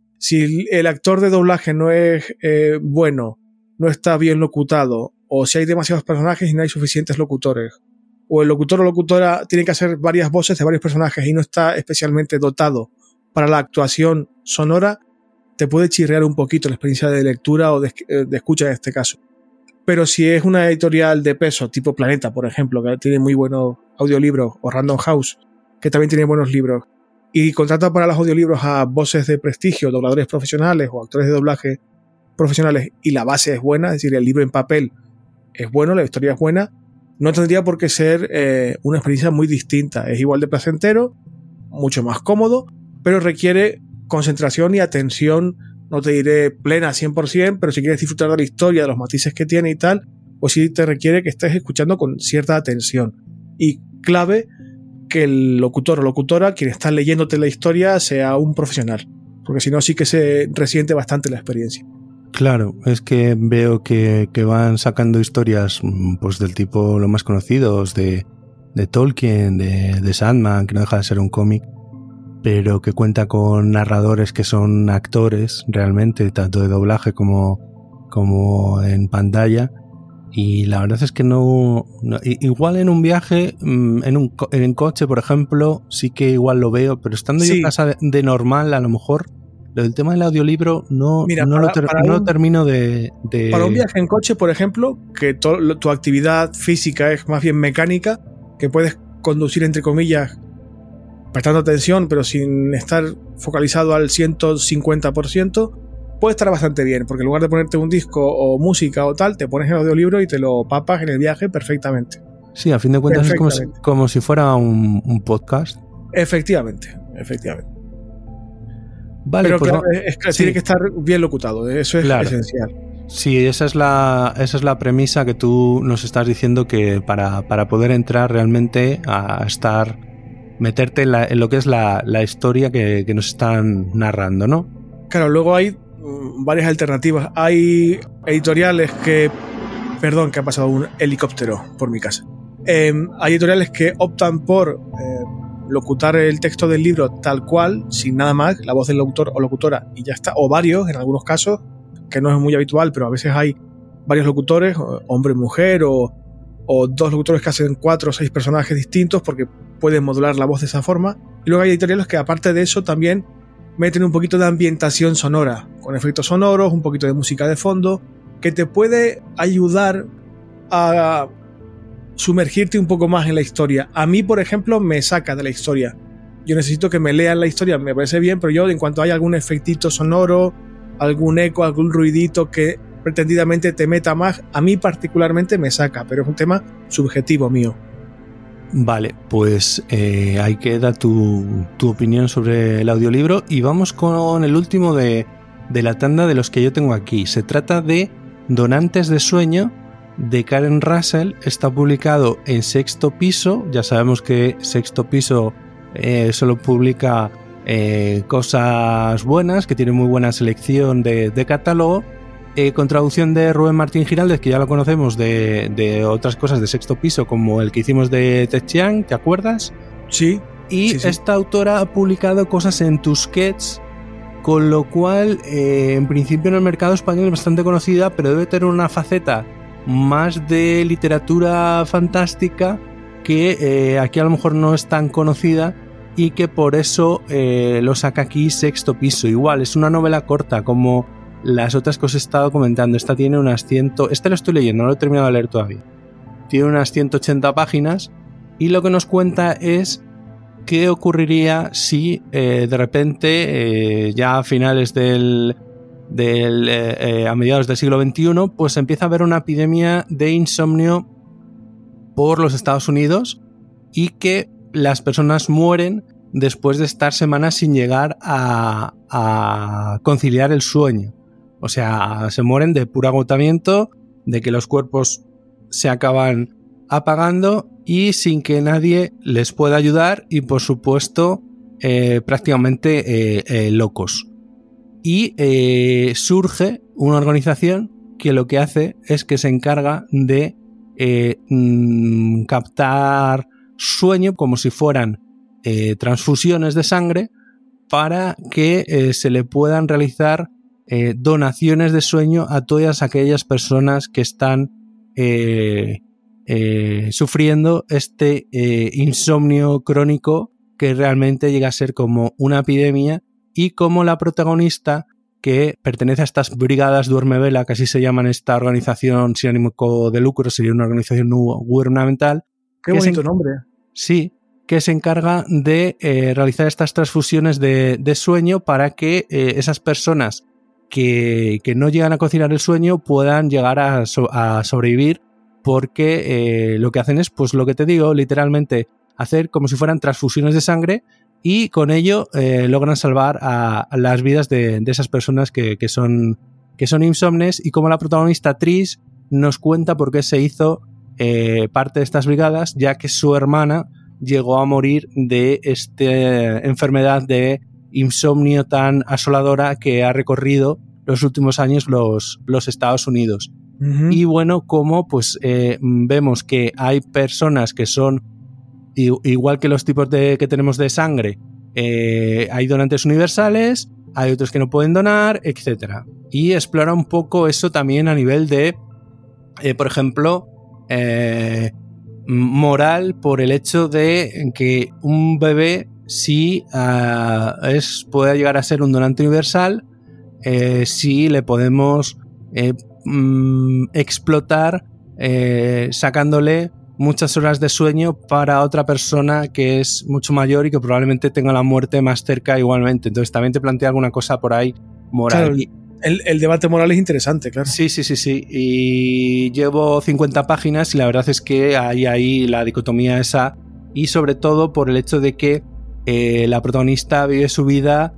Si el actor de doblaje no es bueno, no está bien locutado, o si hay demasiados personajes y no hay suficientes locutores, o el locutor o locutora tiene que hacer varias voces de varios personajes y no está especialmente dotado para la actuación sonora, te puede chirrear un poquito la experiencia de lectura o de escucha en este caso. Pero si es una editorial de peso, tipo Planeta, por ejemplo, que tiene muy buenos audiolibros, o Random House, que también tiene buenos libros, y contrata para los audiolibros a voces de prestigio, dobladores profesionales o actores de doblaje profesionales, y la base es buena, es decir, el libro en papel es bueno, la historia es buena, no tendría por qué ser una experiencia muy distinta. Es igual de placentero, mucho más cómodo, pero requiere concentración y atención, no te diré plena 100%, pero si quieres disfrutar de la historia, de los matices que tiene y tal, pues sí te requiere que estés escuchando con cierta atención. Y clave que el locutor o locutora, quien está leyéndote la historia, sea un profesional, porque si no sí que se resiente bastante la experiencia. Claro, es que veo que van sacando historias pues del tipo lo más conocidos de Tolkien, de Sandman, que no deja de ser un cómic, pero que cuenta con narradores que son actores realmente, tanto de doblaje como en pantalla. Y la verdad es que no igual en un viaje, en coche, por ejemplo, sí que igual lo veo, pero estando yo en casa de normal, a lo mejor el tema del audiolibro no lo termino de... Para un viaje en coche, por ejemplo, que tu actividad física es más bien mecánica, que puedes conducir, entre comillas, prestando atención, pero sin estar focalizado al 150%, puede estar bastante bien, porque en lugar de ponerte un disco o música o tal, te pones el audiolibro y te lo papas en el viaje perfectamente. Sí, a fin de cuentas es como si fuera un podcast. Efectivamente. Vale, pero pues claro, tiene que estar bien locutado, eso es esencial. Sí, esa es la premisa que tú nos estás diciendo, que para poder entrar realmente a meterte en lo que es la historia que nos están narrando, ¿no? Claro, luego hay varias alternativas. Hay editoriales que... Perdón, que ha pasado un helicóptero por mi casa. Hay editoriales que optan por locutar el texto del libro tal cual, sin nada más, la voz del locutor o locutora y ya está, o varios en algunos casos, que no es muy habitual, pero a veces hay varios locutores, hombre y mujer, o dos locutores que hacen 4 o 6 personajes distintos, porque pueden modular la voz de esa forma. Y luego hay editoriales que, aparte de eso, también meten un poquito de ambientación sonora, con efectos sonoros, un poquito de música de fondo, que te puede ayudar a sumergirte un poco más en la historia. A mí, por ejemplo, me saca de la historia. Yo necesito que me lean la historia, me parece bien, pero yo, en cuanto hay algún efectito sonoro, algún eco, algún ruidito que pretendidamente te meta más, a mí particularmente me saca, pero es un tema subjetivo mío. Vale, pues ahí queda tu opinión sobre el audiolibro, y vamos con el último de la tanda de los que yo tengo aquí. Se trata de Donantes de Sueño, de Karen Russell. Está publicado en Sexto Piso. Ya sabemos que Sexto Piso solo publica cosas buenas, que tiene muy buena selección de catálogo, con traducción de Rubén Martín Giraldez, que ya lo conocemos de otras cosas de Sexto Piso, como el que hicimos de Ted Chiang, ¿te acuerdas? Sí. Y sí. esta autora ha publicado cosas en Tusquets, con lo cual, en principio en el mercado español es bastante conocida, pero debe tener una faceta más de literatura fantástica que aquí a lo mejor no es tan conocida y que por eso lo saca aquí Sexto Piso. Igual, es una novela corta, como las otras que os he estado comentando. Esta tiene unas 100... Este lo estoy leyendo, no lo he terminado de leer todavía. Tiene unas 180 páginas y lo que nos cuenta es qué ocurriría si de repente, ya a finales a mediados del siglo XXI, pues empieza a haber una epidemia de insomnio por los Estados Unidos y que las personas mueren después de estar semanas sin llegar a conciliar el sueño. O sea, se mueren de puro agotamiento, de que los cuerpos se acaban apagando y sin que nadie les pueda ayudar y, por supuesto, prácticamente locos. Y surge una organización que lo que hace es que se encarga de captar sueño como si fueran transfusiones de sangre para que se le puedan realizar donaciones de sueño a todas aquellas personas que están sufriendo este insomnio crónico que realmente llega a ser como una epidemia, y como la protagonista, que pertenece a estas brigadas Duermevela, que así se llaman esta organización sin ánimo de lucro, sería una organización no gubernamental. Qué bonito nombre. Sí, que se encarga de realizar estas transfusiones de sueño para que esas personas que no llegan a conciliar el sueño puedan llegar a sobrevivir, porque lo que hacen es, pues lo que te digo, literalmente hacer como si fueran transfusiones de sangre, y con ello logran salvar a las vidas de esas personas que son insomnes. Y como la protagonista Tris nos cuenta por qué se hizo parte de estas brigadas, ya que su hermana llegó a morir de esta enfermedad de insomnio tan asoladora que ha recorrido los últimos años los Estados Unidos. Uh-huh. Y bueno, como pues vemos que hay personas que son igual que los tipos que tenemos de sangre, hay donantes universales, hay otros que no pueden donar, etc. Y explora un poco eso también a nivel de, por ejemplo, moral, por el hecho de que un bebé sí puede llegar a ser un donante universal, si le podemos explotar sacándole muchas horas de sueño para otra persona que es mucho mayor y que probablemente tenga la muerte más cerca igualmente. Entonces también te plantea alguna cosa por ahí moral. Claro, el debate moral es interesante, claro. Sí. Y llevo 50 páginas y la verdad es que hay ahí la dicotomía esa, y sobre todo por el hecho de que la protagonista vive su vida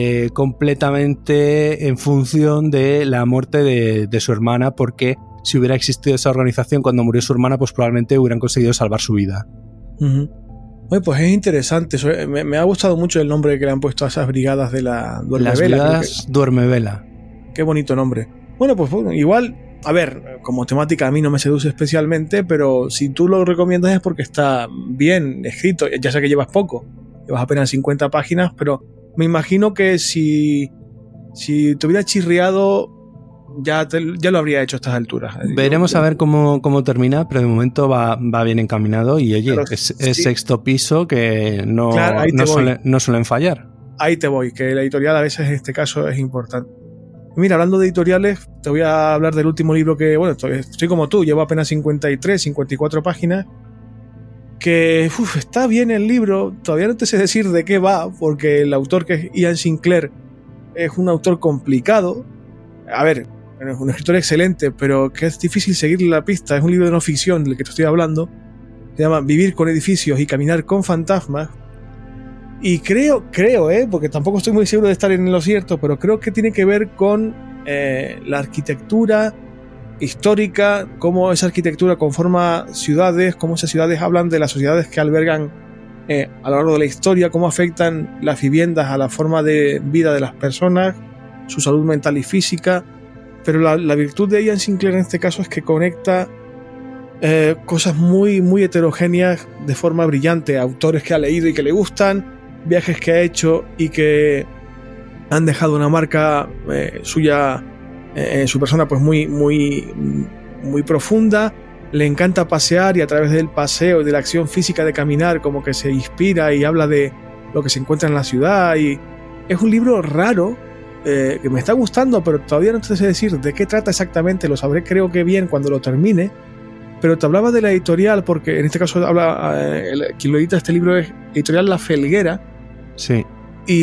completamente en función de la muerte de su hermana, porque si hubiera existido esa organización cuando murió su hermana, pues probablemente hubieran conseguido salvar su vida. Uh-huh. Bueno, pues es interesante. Me ha gustado mucho el nombre que le han puesto a esas brigadas de la Duermevela. Las brigadas Duermevela. Qué bonito nombre. Bueno, pues igual, a ver, como temática a mí no me seduce especialmente, pero si tú lo recomiendas es porque está bien escrito. Ya sé que llevas poco, llevas apenas 50 páginas, pero me imagino que si te hubiera chirriado, ya lo habría hecho a estas alturas. Veremos a ver cómo termina, pero de momento va bien encaminado y oye, es Sexto Piso, que no suelen fallar. Ahí te voy, que la editorial a veces en este caso es importante. Mira, hablando de editoriales, te voy a hablar del último libro que, bueno, estoy como tú, llevo apenas 54 páginas, que está bien el libro, todavía no te sé decir de qué va, porque el autor, que es Ian Sinclair, es un autor complicado. A ver, es un escritor excelente, pero que es difícil seguirle la pista. Es un libro de no ficción del que te estoy hablando. Se llama Vivir con edificios y caminar con fantasmas. Y creo, porque tampoco estoy muy seguro de estar en lo cierto, pero creo que tiene que ver con la arquitectura histórica, cómo esa arquitectura conforma ciudades, cómo esas ciudades hablan de las sociedades que albergan a lo largo de la historia, cómo afectan las viviendas a la forma de vida de las personas, su salud mental y física. Pero la virtud de Ian Sinclair en este caso es que conecta cosas muy, muy heterogéneas de forma brillante, autores que ha leído y que le gustan, viajes que ha hecho y que han dejado una marca suya en su persona pues muy, muy, muy profunda. Le encanta pasear y a través del paseo y de la acción física de caminar como que se inspira y habla de lo que se encuentra en la ciudad. Y es un libro raro que me está gustando, pero todavía no te sé decir de qué trata exactamente. Lo sabré creo que bien cuando lo termine. Pero te hablaba de la editorial porque en este caso quien lo edita este libro es Editorial La Felguera. Sí. Y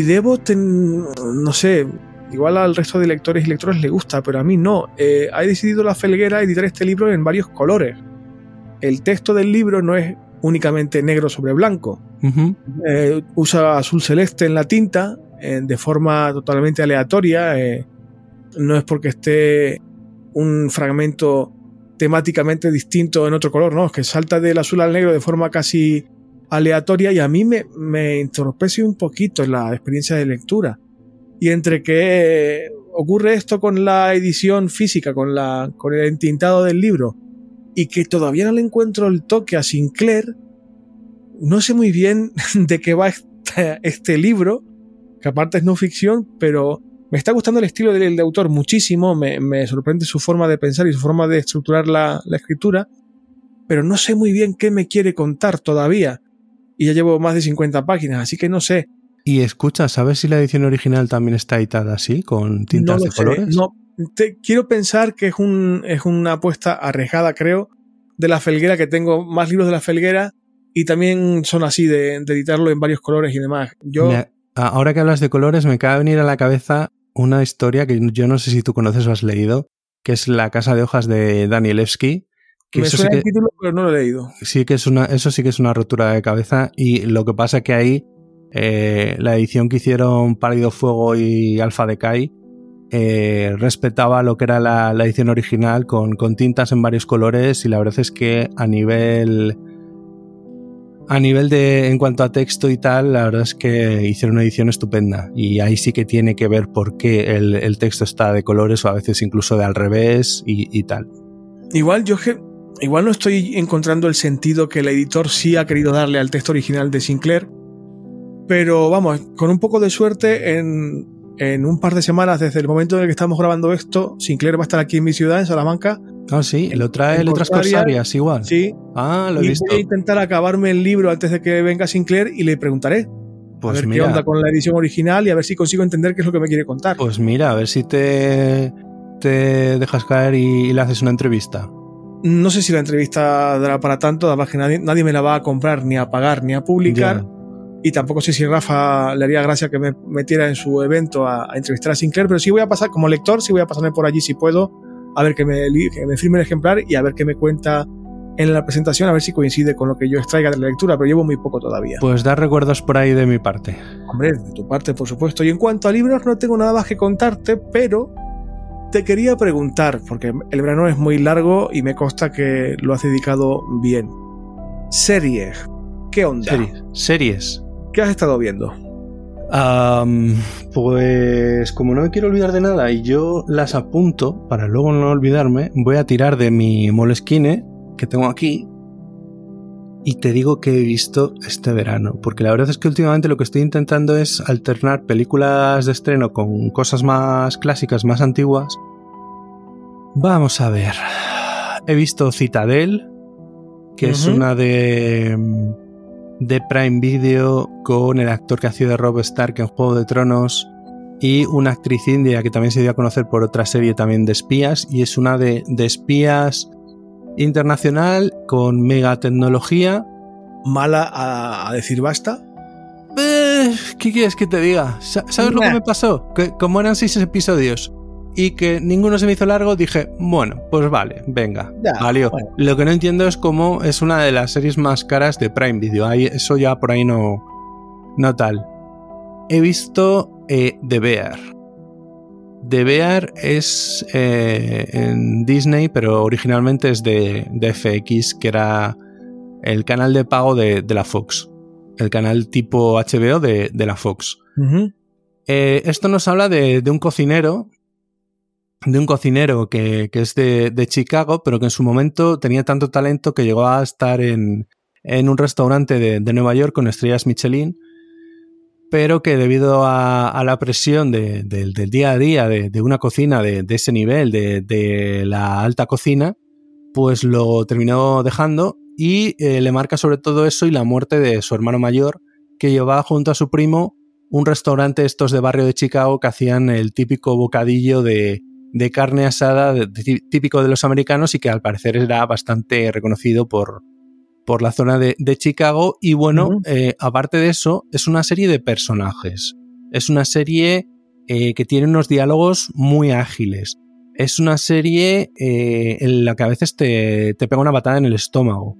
no sé, igual al resto de lectores y lectoras le gusta, pero a mí no. Ha decidido La Felguera editar este libro en varios colores. El texto del libro no es únicamente negro sobre blanco. Uh-huh. Usa azul celeste en la tinta, de forma totalmente aleatoria. No es porque esté un fragmento temáticamente distinto en otro color, no, es que salta del azul al negro de forma casi aleatoria y a mí me entorpece un poquito la experiencia de lectura. Y entre que ocurre esto con la edición física, con el entintado del libro, y que todavía no le encuentro el toque a Sinclair, no sé muy bien de qué va este libro, que aparte es no ficción, pero me está gustando el estilo del autor muchísimo, me sorprende su forma de pensar y su forma de estructurar la escritura, pero no sé muy bien qué me quiere contar todavía. Y ya llevo más de 50 páginas, así que no sé. Y escucha, ¿sabes si la edición original también está editada así, con tintas de colores? No, quiero pensar que es una apuesta arriesgada, creo, de La Felguera, que tengo más libros de La Felguera y también son así de editarlo en varios colores y demás. Ahora que hablas de colores, me acaba de venir a la cabeza una historia que yo no sé si tú conoces o has leído, que es La Casa de Hojas de Danielewski. Me suena el título, pero no lo he leído. Sí que eso sí que es una rotura de cabeza, y lo que pasa que ahí la edición que hicieron Pálido Fuego y Alpha Decay respetaba lo que era la edición original con tintas en varios colores, y la verdad es que a nivel de en cuanto a texto y tal, la verdad es que hicieron una edición estupenda, y ahí sí que tiene que ver por qué el texto está de colores o a veces incluso de al revés y tal. Igual no estoy encontrando el sentido que el editor sí ha querido darle al texto original de Sinclair, pero vamos, con un poco de suerte en un par de semanas desde el momento en el que estamos grabando esto, Sinclair va a estar aquí en mi ciudad, en Salamanca. Ah, sí, lo trae Letras Corsarias igual. Sí. Ah, lo he visto. Voy a intentar acabarme el libro antes de que venga Sinclair y le preguntaré pues a ver mira, qué onda con la edición original y a ver si consigo entender qué es lo que me quiere contar. Pues mira, a ver si te dejas caer y le haces una entrevista. No sé si la entrevista dará para tanto, además que nadie me la va a comprar, ni a pagar, ni a publicar. Ya. Y tampoco sé si Rafa le haría gracia que me metiera en su evento a entrevistar a Sinclair, pero sí voy a pasar, como lector, sí voy a pasarme por allí si puedo, a ver que me firme el ejemplar y a ver qué me cuenta en la presentación, a ver si coincide con lo que yo extraiga de la lectura, pero llevo muy poco todavía. Pues da recuerdos por ahí de mi parte. Hombre, de tu parte, por supuesto. Y en cuanto a libros, no tengo nada más que contarte, pero te quería preguntar, porque el verano es muy largo y me consta que lo has dedicado bien. Series. ¿Qué onda? Series. ¿Qué has estado viendo? Pues como no me quiero olvidar de nada y yo las apunto para luego no olvidarme, voy a tirar de mi Moleskine que tengo aquí y te digo que he visto este verano, porque la verdad es que últimamente lo que estoy intentando es alternar películas de estreno con cosas más clásicas, más antiguas. Vamos a ver, he visto Citadel, que es una de Prime Video, con el actor que hacía de Robb Stark en Juego de Tronos y una actriz india que también se dio a conocer por otra serie también de espías, y es una de espías internacional con mega tecnología. ¿Mala a decir basta? ¿Qué quieres que te diga? ¿Sabes lo que me pasó? Que como eran 6 episodios y que ninguno se me hizo largo, dije, bueno, pues vale, venga, valió. Bueno. Lo que no entiendo es cómo es una de las series más caras de Prime Video. Eso ya por ahí no tal. He visto The Bear. The Bear es en Disney, pero originalmente es de FX, que era el canal de pago de la Fox. El canal tipo HBO de la Fox. Esto nos habla de un cocinero un cocinero que es de Chicago, pero que en su momento tenía tanto talento que llegó a estar en un restaurante de Nueva York con estrellas Michelin, pero que debido a la presión del día a día de una cocina de ese nivel, de la alta cocina, pues lo terminó dejando y le marca sobre todo eso y la muerte de su hermano mayor, que llevaba junto a su primo un restaurante estos de barrio de Chicago que hacían el típico bocadillo de carne asada típico de los americanos y que al parecer era bastante reconocido por la zona de Chicago. Y bueno, aparte de eso, es una serie de personajes. Es una serie que tiene unos diálogos muy ágiles. Es una serie en la que a veces te pega una patada en el estómago.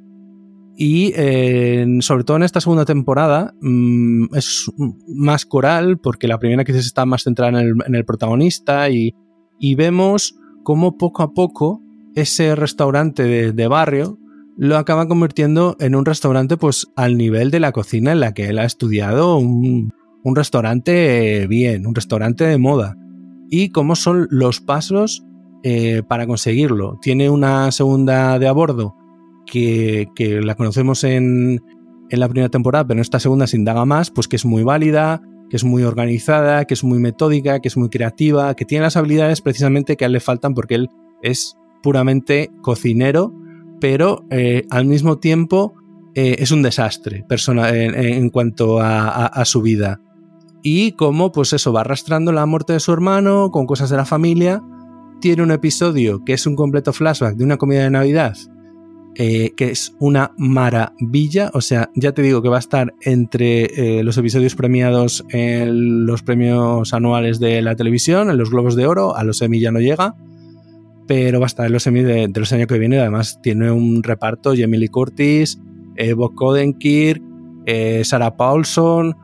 Y sobre todo en esta segunda temporada es más coral, porque la primera quizás está más centrada en el protagonista y vemos cómo poco a poco ese restaurante de barrio lo acaba convirtiendo en un restaurante pues al nivel de la cocina en la que él ha estudiado, un restaurante bien, un restaurante de moda, y cómo son los pasos para conseguirlo. Tiene una segunda de a bordo que la conocemos en la primera temporada, pero en esta segunda se indaga más, pues que es muy válida, que es muy organizada, que es muy metódica, que es muy creativa, que tiene las habilidades precisamente que a él le faltan porque él es puramente cocinero, pero al mismo tiempo es un desastre en cuanto a su vida. Y cómo pues eso va arrastrando la muerte de su hermano con cosas de la familia. Tiene un episodio que es un completo flashback de una comida de Navidad que es una maravilla. O sea, ya te digo que va a estar entre los episodios premiados en los premios anuales de la televisión, en los Globos de Oro. A los Emmy ya no llega, pero va a estar en los Emmy de los años que viene. Además tiene un reparto: Jamie Lee Curtis, Bob Odenkirk, Sarah Paulson,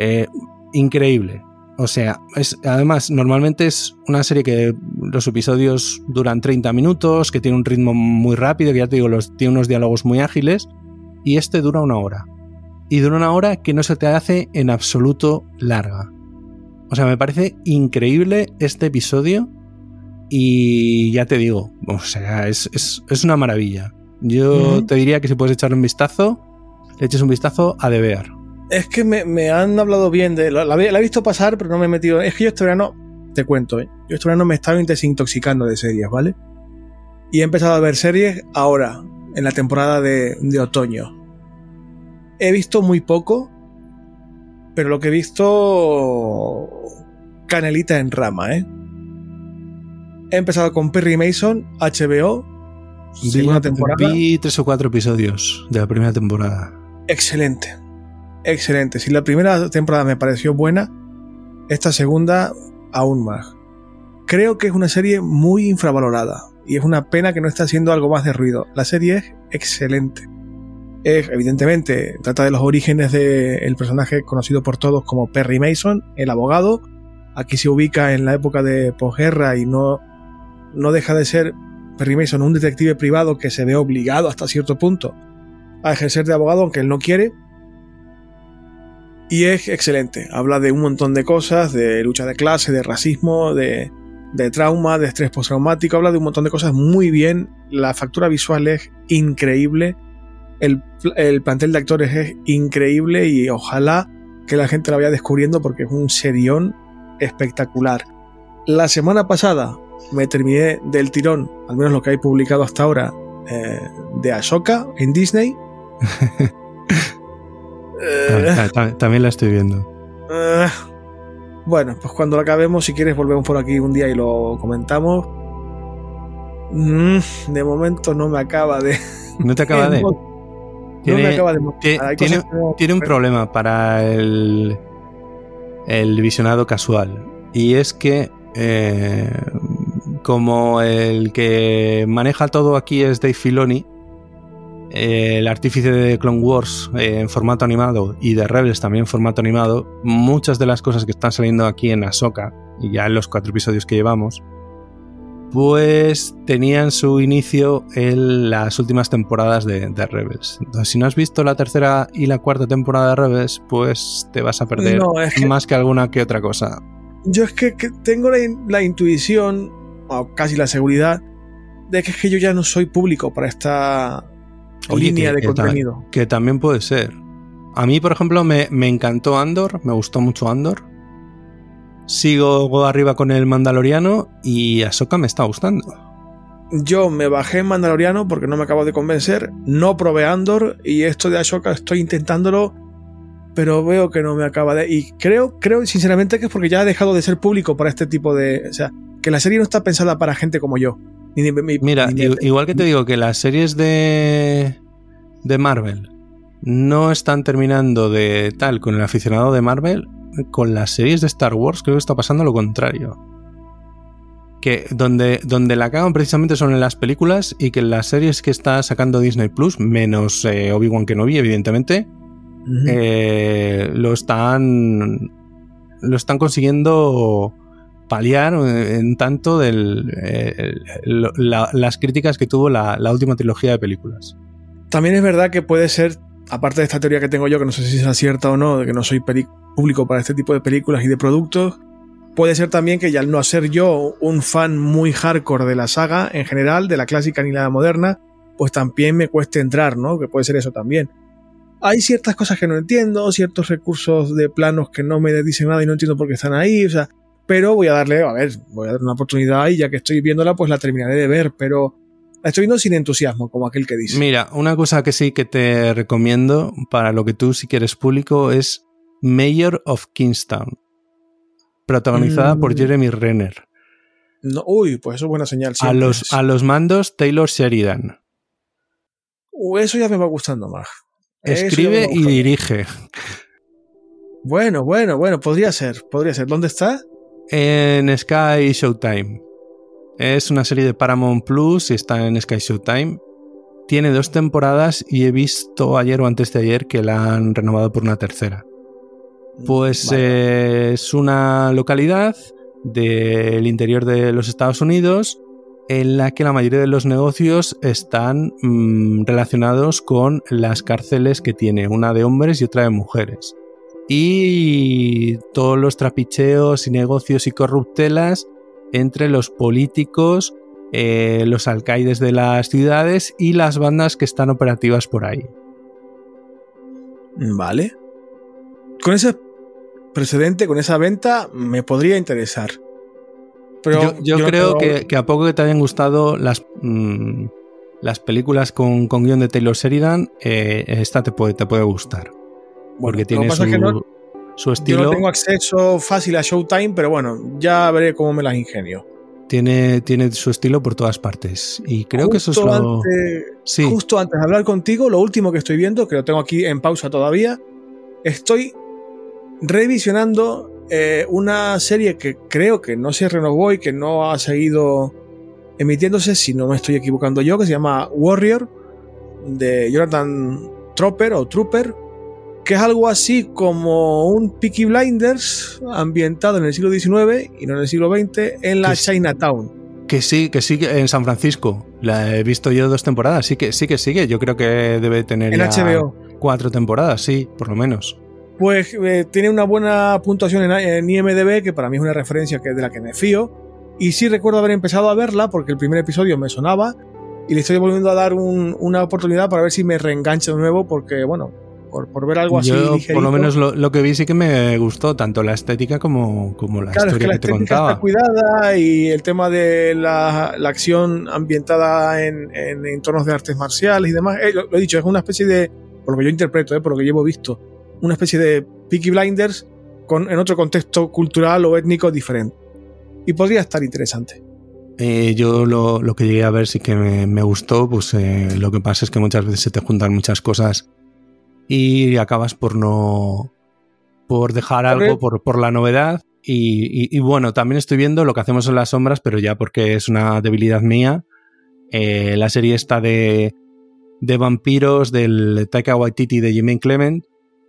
increíble. O sea, además normalmente es una serie que los episodios duran 30 minutos, que tiene un ritmo muy rápido, que ya te digo, tiene unos diálogos muy ágiles, y este dura 1 hora. Y dura 1 hora que no se te hace en absoluto larga. O sea, me parece increíble este episodio y ya te digo, o sea, es una maravilla. Yo te diría que si puedes echarle un vistazo, le eches un vistazo a The Bear. Es que me han hablado bien de... La he visto pasar, pero no me he metido... Es que yo este verano... Te cuento, yo este verano me he estado desintoxicando de series, ¿vale? Y he empezado a ver series ahora, en la temporada de otoño. He visto muy poco, pero lo que he visto... Canelita en rama, ¿eh? He empezado con Perry Mason, HBO, segunda temporada. Vi 3 o 4 episodios de la primera temporada. Excelente. Excelente. Si la primera temporada me pareció buena, esta segunda aún más. Creo que es una serie muy infravalorada y es una pena que no esté haciendo algo más de ruido. La serie es excelente. Evidentemente, trata de los orígenes del personaje conocido por todos como Perry Mason, el abogado. Aquí se ubica en la época de posguerra y no deja de ser Perry Mason un detective privado que se ve obligado hasta cierto punto a ejercer de abogado, aunque él no quiere. Y es excelente, habla de un montón de cosas, de lucha de clase, de racismo, de trauma, de estrés postraumático, habla de un montón de cosas muy bien, la factura visual es increíble, el plantel de actores es increíble y ojalá que la gente la vaya descubriendo porque es un serión espectacular. La semana pasada me terminé del tirón, al menos lo que hay publicado hasta ahora, de Ahsoka en Disney. También la estoy viendo. Bueno, pues cuando la acabemos, si quieres, volvemos por aquí un día y lo comentamos. De momento no me acaba de... ¿No te acaba de...? No me acaba de motivar. Tiene un problema para el visionado casual. Y es que como el que maneja todo aquí es Dave Filoni, el artífice de Clone Wars en formato animado y de Rebels también en formato animado, muchas de las cosas que están saliendo aquí en Ahsoka y ya en los 4 episodios que llevamos, pues tenían su inicio en las últimas temporadas de Rebels. Entonces, si no has visto la 3ª y la 4ª temporada de Rebels, pues te vas a perder más que alguna que otra cosa. Yo es que tengo la intuición o casi la seguridad, de que es que yo ya no soy público para esta línea de contenido. Que también puede ser. A mí, por ejemplo, me encantó Andor, me gustó mucho Andor. Sigo arriba con el Mandaloriano y Ahsoka me está gustando. Yo me bajé en Mandaloriano porque no me acabo de convencer, no probé Andor y esto de Ahsoka estoy intentándolo, pero veo que no me acaba de... Y creo sinceramente que es porque ya ha dejado de ser público para este tipo de... O sea, que la serie no está pensada para gente como yo. Mira, igual que te digo que las series de Marvel no están terminando de tal con el aficionado de Marvel, con las series de Star Wars creo que está pasando lo contrario. Que donde la cagan precisamente son en las películas y que en las series que está sacando Disney Plus, menos Obi-Wan Kenobi, evidentemente, lo están consiguiendo paliar en tanto las críticas que tuvo la última trilogía de películas. También es verdad que puede ser, aparte de esta teoría que tengo yo, que no sé si es cierta o no, de que no soy público para este tipo de películas y de productos, puede ser también que ya al no ser yo un fan muy hardcore de la saga en general, de la clásica ni la moderna, pues también me cueste entrar, ¿no? Que puede ser eso también. Hay ciertas cosas que no entiendo, ciertos recursos de planos que no me dicen nada y no entiendo por qué están ahí, o sea, pero voy a darle una oportunidad y ya que estoy viéndola, pues la terminaré de ver, pero la estoy viendo sin entusiasmo, como aquel que dice. Mira, una cosa que sí que te recomiendo para lo que tú si quieres público es Mayor of Kingstown, protagonizada por Jeremy Renner. No, uy, pues eso es buena señal. A los mandos Taylor Sheridan. Eso ya me va gustando más. Escribe y dirige. Bueno, podría ser. ¿Dónde está? En Sky Showtime. Es una serie de Paramount Plus y está en Sky Showtime. Tiene 2 temporadas y he visto ayer o antes de ayer que la han renovado por una tercera. Pues vale. Es una localidad del interior de los Estados Unidos en la que la mayoría de los negocios están relacionados con las cárceles que tiene, una de hombres y otra de mujeres. Y todos los trapicheos y negocios y corruptelas entre los políticos, los alcaides de las ciudades y las bandas que están operativas por ahí. Vale. Con ese precedente, con esa venta, me podría interesar. Pero yo creo que a poco que te hayan gustado las películas con guión de Taylor Sheridan, esta te puede gustar. Porque tiene su estilo. Yo no tengo acceso fácil a Showtime, pero bueno, ya veré cómo me las ingenio. Tiene su estilo por todas partes. Y creo que eso es lo... Justo antes de hablar contigo, lo último que estoy viendo, que lo tengo aquí en pausa todavía, estoy revisionando una serie que creo que no se renovó y que no ha seguido emitiéndose, si no me estoy equivocando yo, que se llama Warrior, de Jonathan Trooper, que es algo así como un Peaky Blinders ambientado en el siglo XIX y no en el siglo XX en la Chinatown. Que sí, en San Francisco. La he visto yo 2 temporadas, sí que sigue. Yo creo que debe tener en ya HBO. 4 temporadas, sí, por lo menos. Pues tiene una buena puntuación en IMDb, que para mí es una referencia de la que me fío. Y sí recuerdo haber empezado a verla porque el primer episodio me sonaba y le estoy volviendo a dar una oportunidad para ver si me reengancho de nuevo porque, bueno, por ver algo así ligerito. Por lo menos lo que vi sí que me gustó, tanto la estética como la historia que te contaba. Está cuidada y el tema de la acción ambientada en entornos de artes marciales y demás. Lo he dicho, es una especie de, por lo que yo interpreto, por lo que llevo visto, una especie de Peaky Blinders en otro contexto cultural o étnico diferente. Y podría estar interesante. Yo lo que llegué a ver sí que me gustó, pues lo que pasa es que muchas veces se te juntan muchas cosas y acabas por dejar algo por la novedad y bueno, también estoy viendo Lo que hacemos en las sombras, pero ya porque es una debilidad mía, la serie esta de vampiros del Taika Waititi de Jemaine Clement,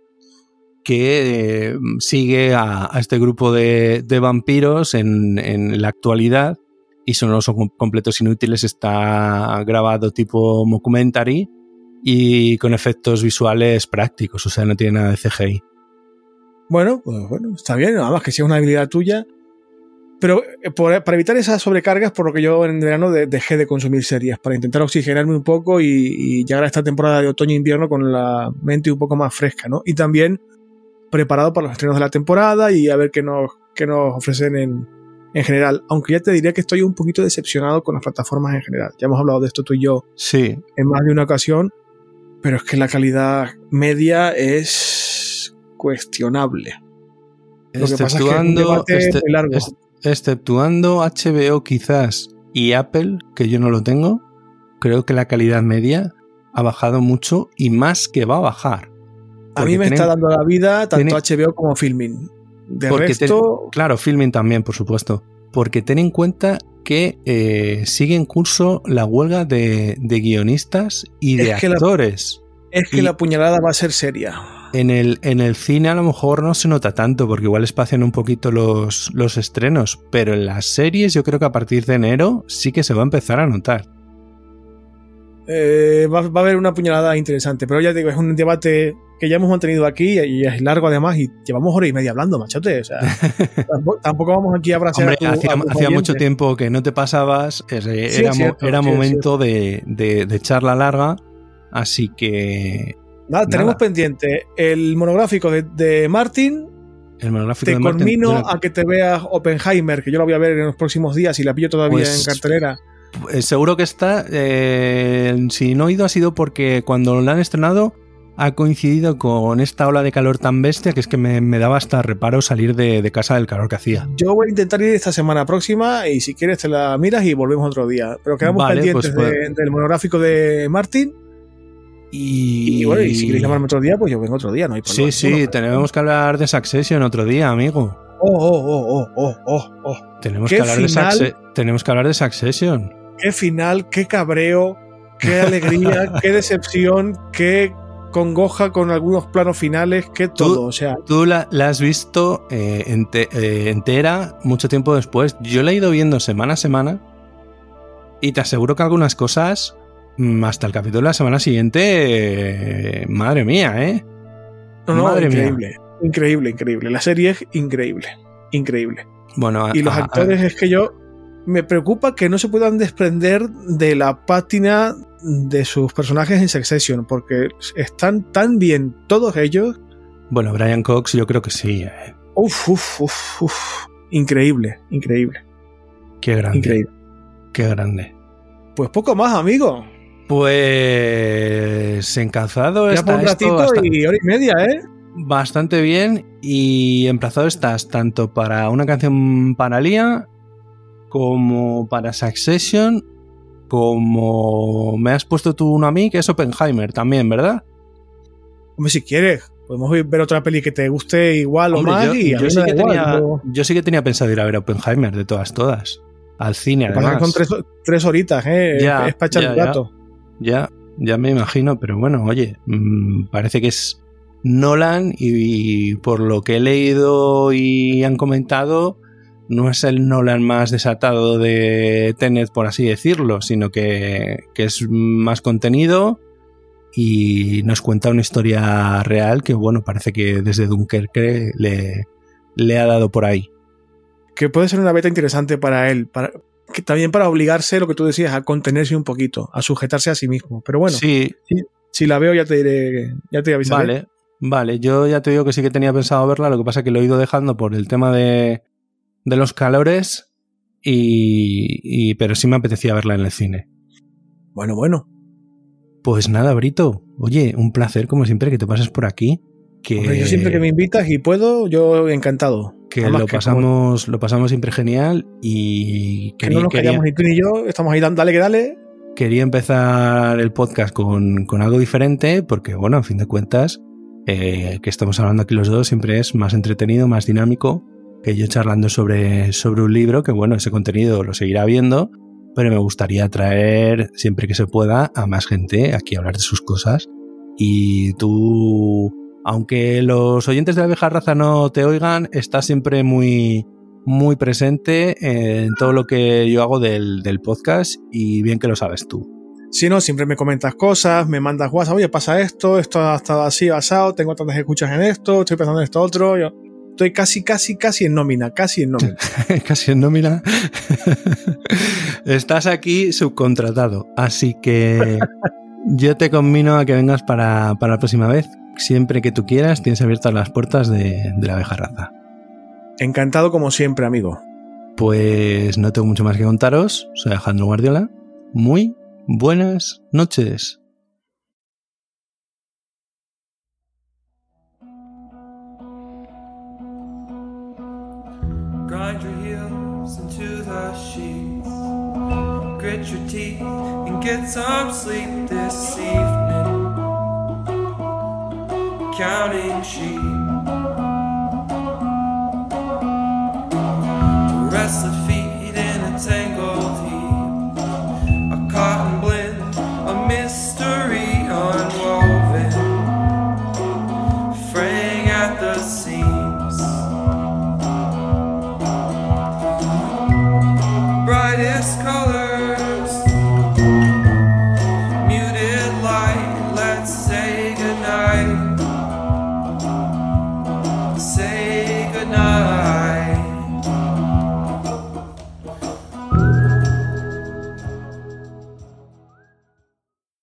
que sigue a este grupo de vampiros en la actualidad y son completos inútiles. Está grabado tipo mockumentary y con efectos visuales prácticos, o sea, no tiene nada de CGI. Bueno, está bien, nada más que sea una habilidad tuya. Pero para evitar esas sobrecargas, por lo que yo en verano dejé de consumir series, para intentar oxigenarme un poco y llegar a esta temporada de otoño-invierno con la mente un poco más fresca, ¿no? Y también preparado para los estrenos de la temporada y a ver qué nos ofrecen en general. Aunque ya te diría que estoy un poquito decepcionado con las plataformas en general. Ya hemos hablado de esto tú y yo en más de una ocasión, pero es que la calidad media es cuestionable. Lo que pasa es que es un debate muy largo. Exceptuando HBO quizás y Apple, que yo no lo tengo, creo que la calidad media ha bajado mucho y más que va a bajar. A mí me está dando la vida tanto HBO como Filmin. De resto... Claro, Filmin también, por supuesto. Porque ten en cuenta que sigue en curso la huelga de guionistas y de actores. Es que la puñalada va a ser seria. En el cine a lo mejor no se nota tanto porque igual espacian un poquito los estrenos, pero en las series yo creo que a partir de enero sí que se va a empezar a notar. Va a haber una puñalada interesante, pero ya te digo, es un debate que ya hemos mantenido aquí y es largo además y llevamos hora y media hablando, machote. O sea, tampoco vamos aquí a abrazar. Hombre, hacía mucho tiempo que no te pasabas, era momento de charla larga, así que... Nada, tenemos pendiente el monográfico de Martin. El monográfico de Martin. Te conmino a que te veas Oppenheimer, que yo la voy a ver en los próximos días y la pillo todavía en cartelera. Seguro que está. Si no he ido ha sido porque cuando la han estrenado ha coincidido con esta ola de calor tan bestia que es que me daba hasta reparo salir de casa del calor que hacía. Yo voy a intentar ir esta semana próxima y si quieres te la miras y volvemos otro día. Pero quedamos pendientes del monográfico de Martin. Y bueno, y si queréis llamarme otro día, pues yo vengo otro día, no hay problema. Sí, tenemos que hablar de Succession otro día, amigo. Tenemos que hablar de Succession. Qué final, qué cabreo, qué alegría, qué decepción, qué congoja con algunos planos finales, qué todo. Tú la has visto entera mucho tiempo después. Yo la he ido viendo semana a semana y te aseguro que algunas cosas... hasta el capítulo de la semana siguiente, madre mía, ¿eh? Madre mía. Increíble. La serie es increíble. Bueno, y los actores es que me preocupa que no se puedan desprender de la pátina de sus personajes en Succession, porque están tan bien todos ellos. Bueno, Brian Cox yo creo que sí. Increíble. Qué grande. Pues poco más, amigo. Pues encalzado ya por un ratito y hora y media, ¿eh? Bastante bien y emplazado estás tanto para una canción para Lía como para Succession, como me has puesto tú uno a mí, que es Oppenheimer también, ¿verdad? Hombre, si quieres, podemos ver otra peli que te guste igual o más. Yo sí que tenía pensado ir a ver Oppenheimer de todas. Al cine, además. Son 3 horitas, ¿eh? Es para echar un rato. Ya me imagino, pero bueno, oye, parece que es Nolan y por lo que he leído y han comentado, no es el Nolan más desatado de Tenet, por así decirlo, sino que es más contenido y nos cuenta una historia real que, bueno, parece que desde Dunkerque le ha dado por ahí. Que puede ser una beta interesante para él, que también para obligarse, lo que tú decías, a contenerse un poquito, a sujetarse a sí mismo. Pero bueno, si la veo ya te avisaré. Vale, yo ya te digo que sí que tenía pensado verla, lo que pasa es que lo he ido dejando por el tema de los calores, pero sí me apetecía verla en el cine. Bueno. Pues nada, Brito, oye, un placer como siempre que te pases por aquí. Hombre, yo siempre que me invitas y puedo, yo encantado. Que lo pasamos siempre genial y que no nos callamos ni tú ni yo, estamos ahí dale que dale. Quería empezar el podcast con algo diferente porque, bueno, a fin de cuentas, que estamos hablando aquí los dos siempre es más entretenido, más dinámico que yo charlando sobre un libro, que bueno, ese contenido lo seguirá viendo, pero me gustaría traer siempre que se pueda a más gente aquí a hablar de sus cosas. Y tú, aunque los oyentes de La Vieja Raza no te oigan, estás siempre muy, muy presente en todo lo que yo hago del podcast y bien que lo sabes tú. Si no, siempre me comentas cosas, me mandas WhatsApp, oye, pasa esto ha estado así, basado, tengo tantas escuchas en esto, estoy pensando en esto otro. Estoy casi en nómina, casi en nómina. Casi en nómina. Estás aquí subcontratado, así que yo te conmino a que vengas para la próxima vez. Siempre que tú quieras, tienes abiertas las puertas de la abeja raza. Encantado como siempre, amigo. Pues no tengo mucho más que contaros. Soy Alejandro Guardiola. Muy buenas noches. Grind your heels into the sheets, grit your teeth and get some sleep this evening. Counting sheep.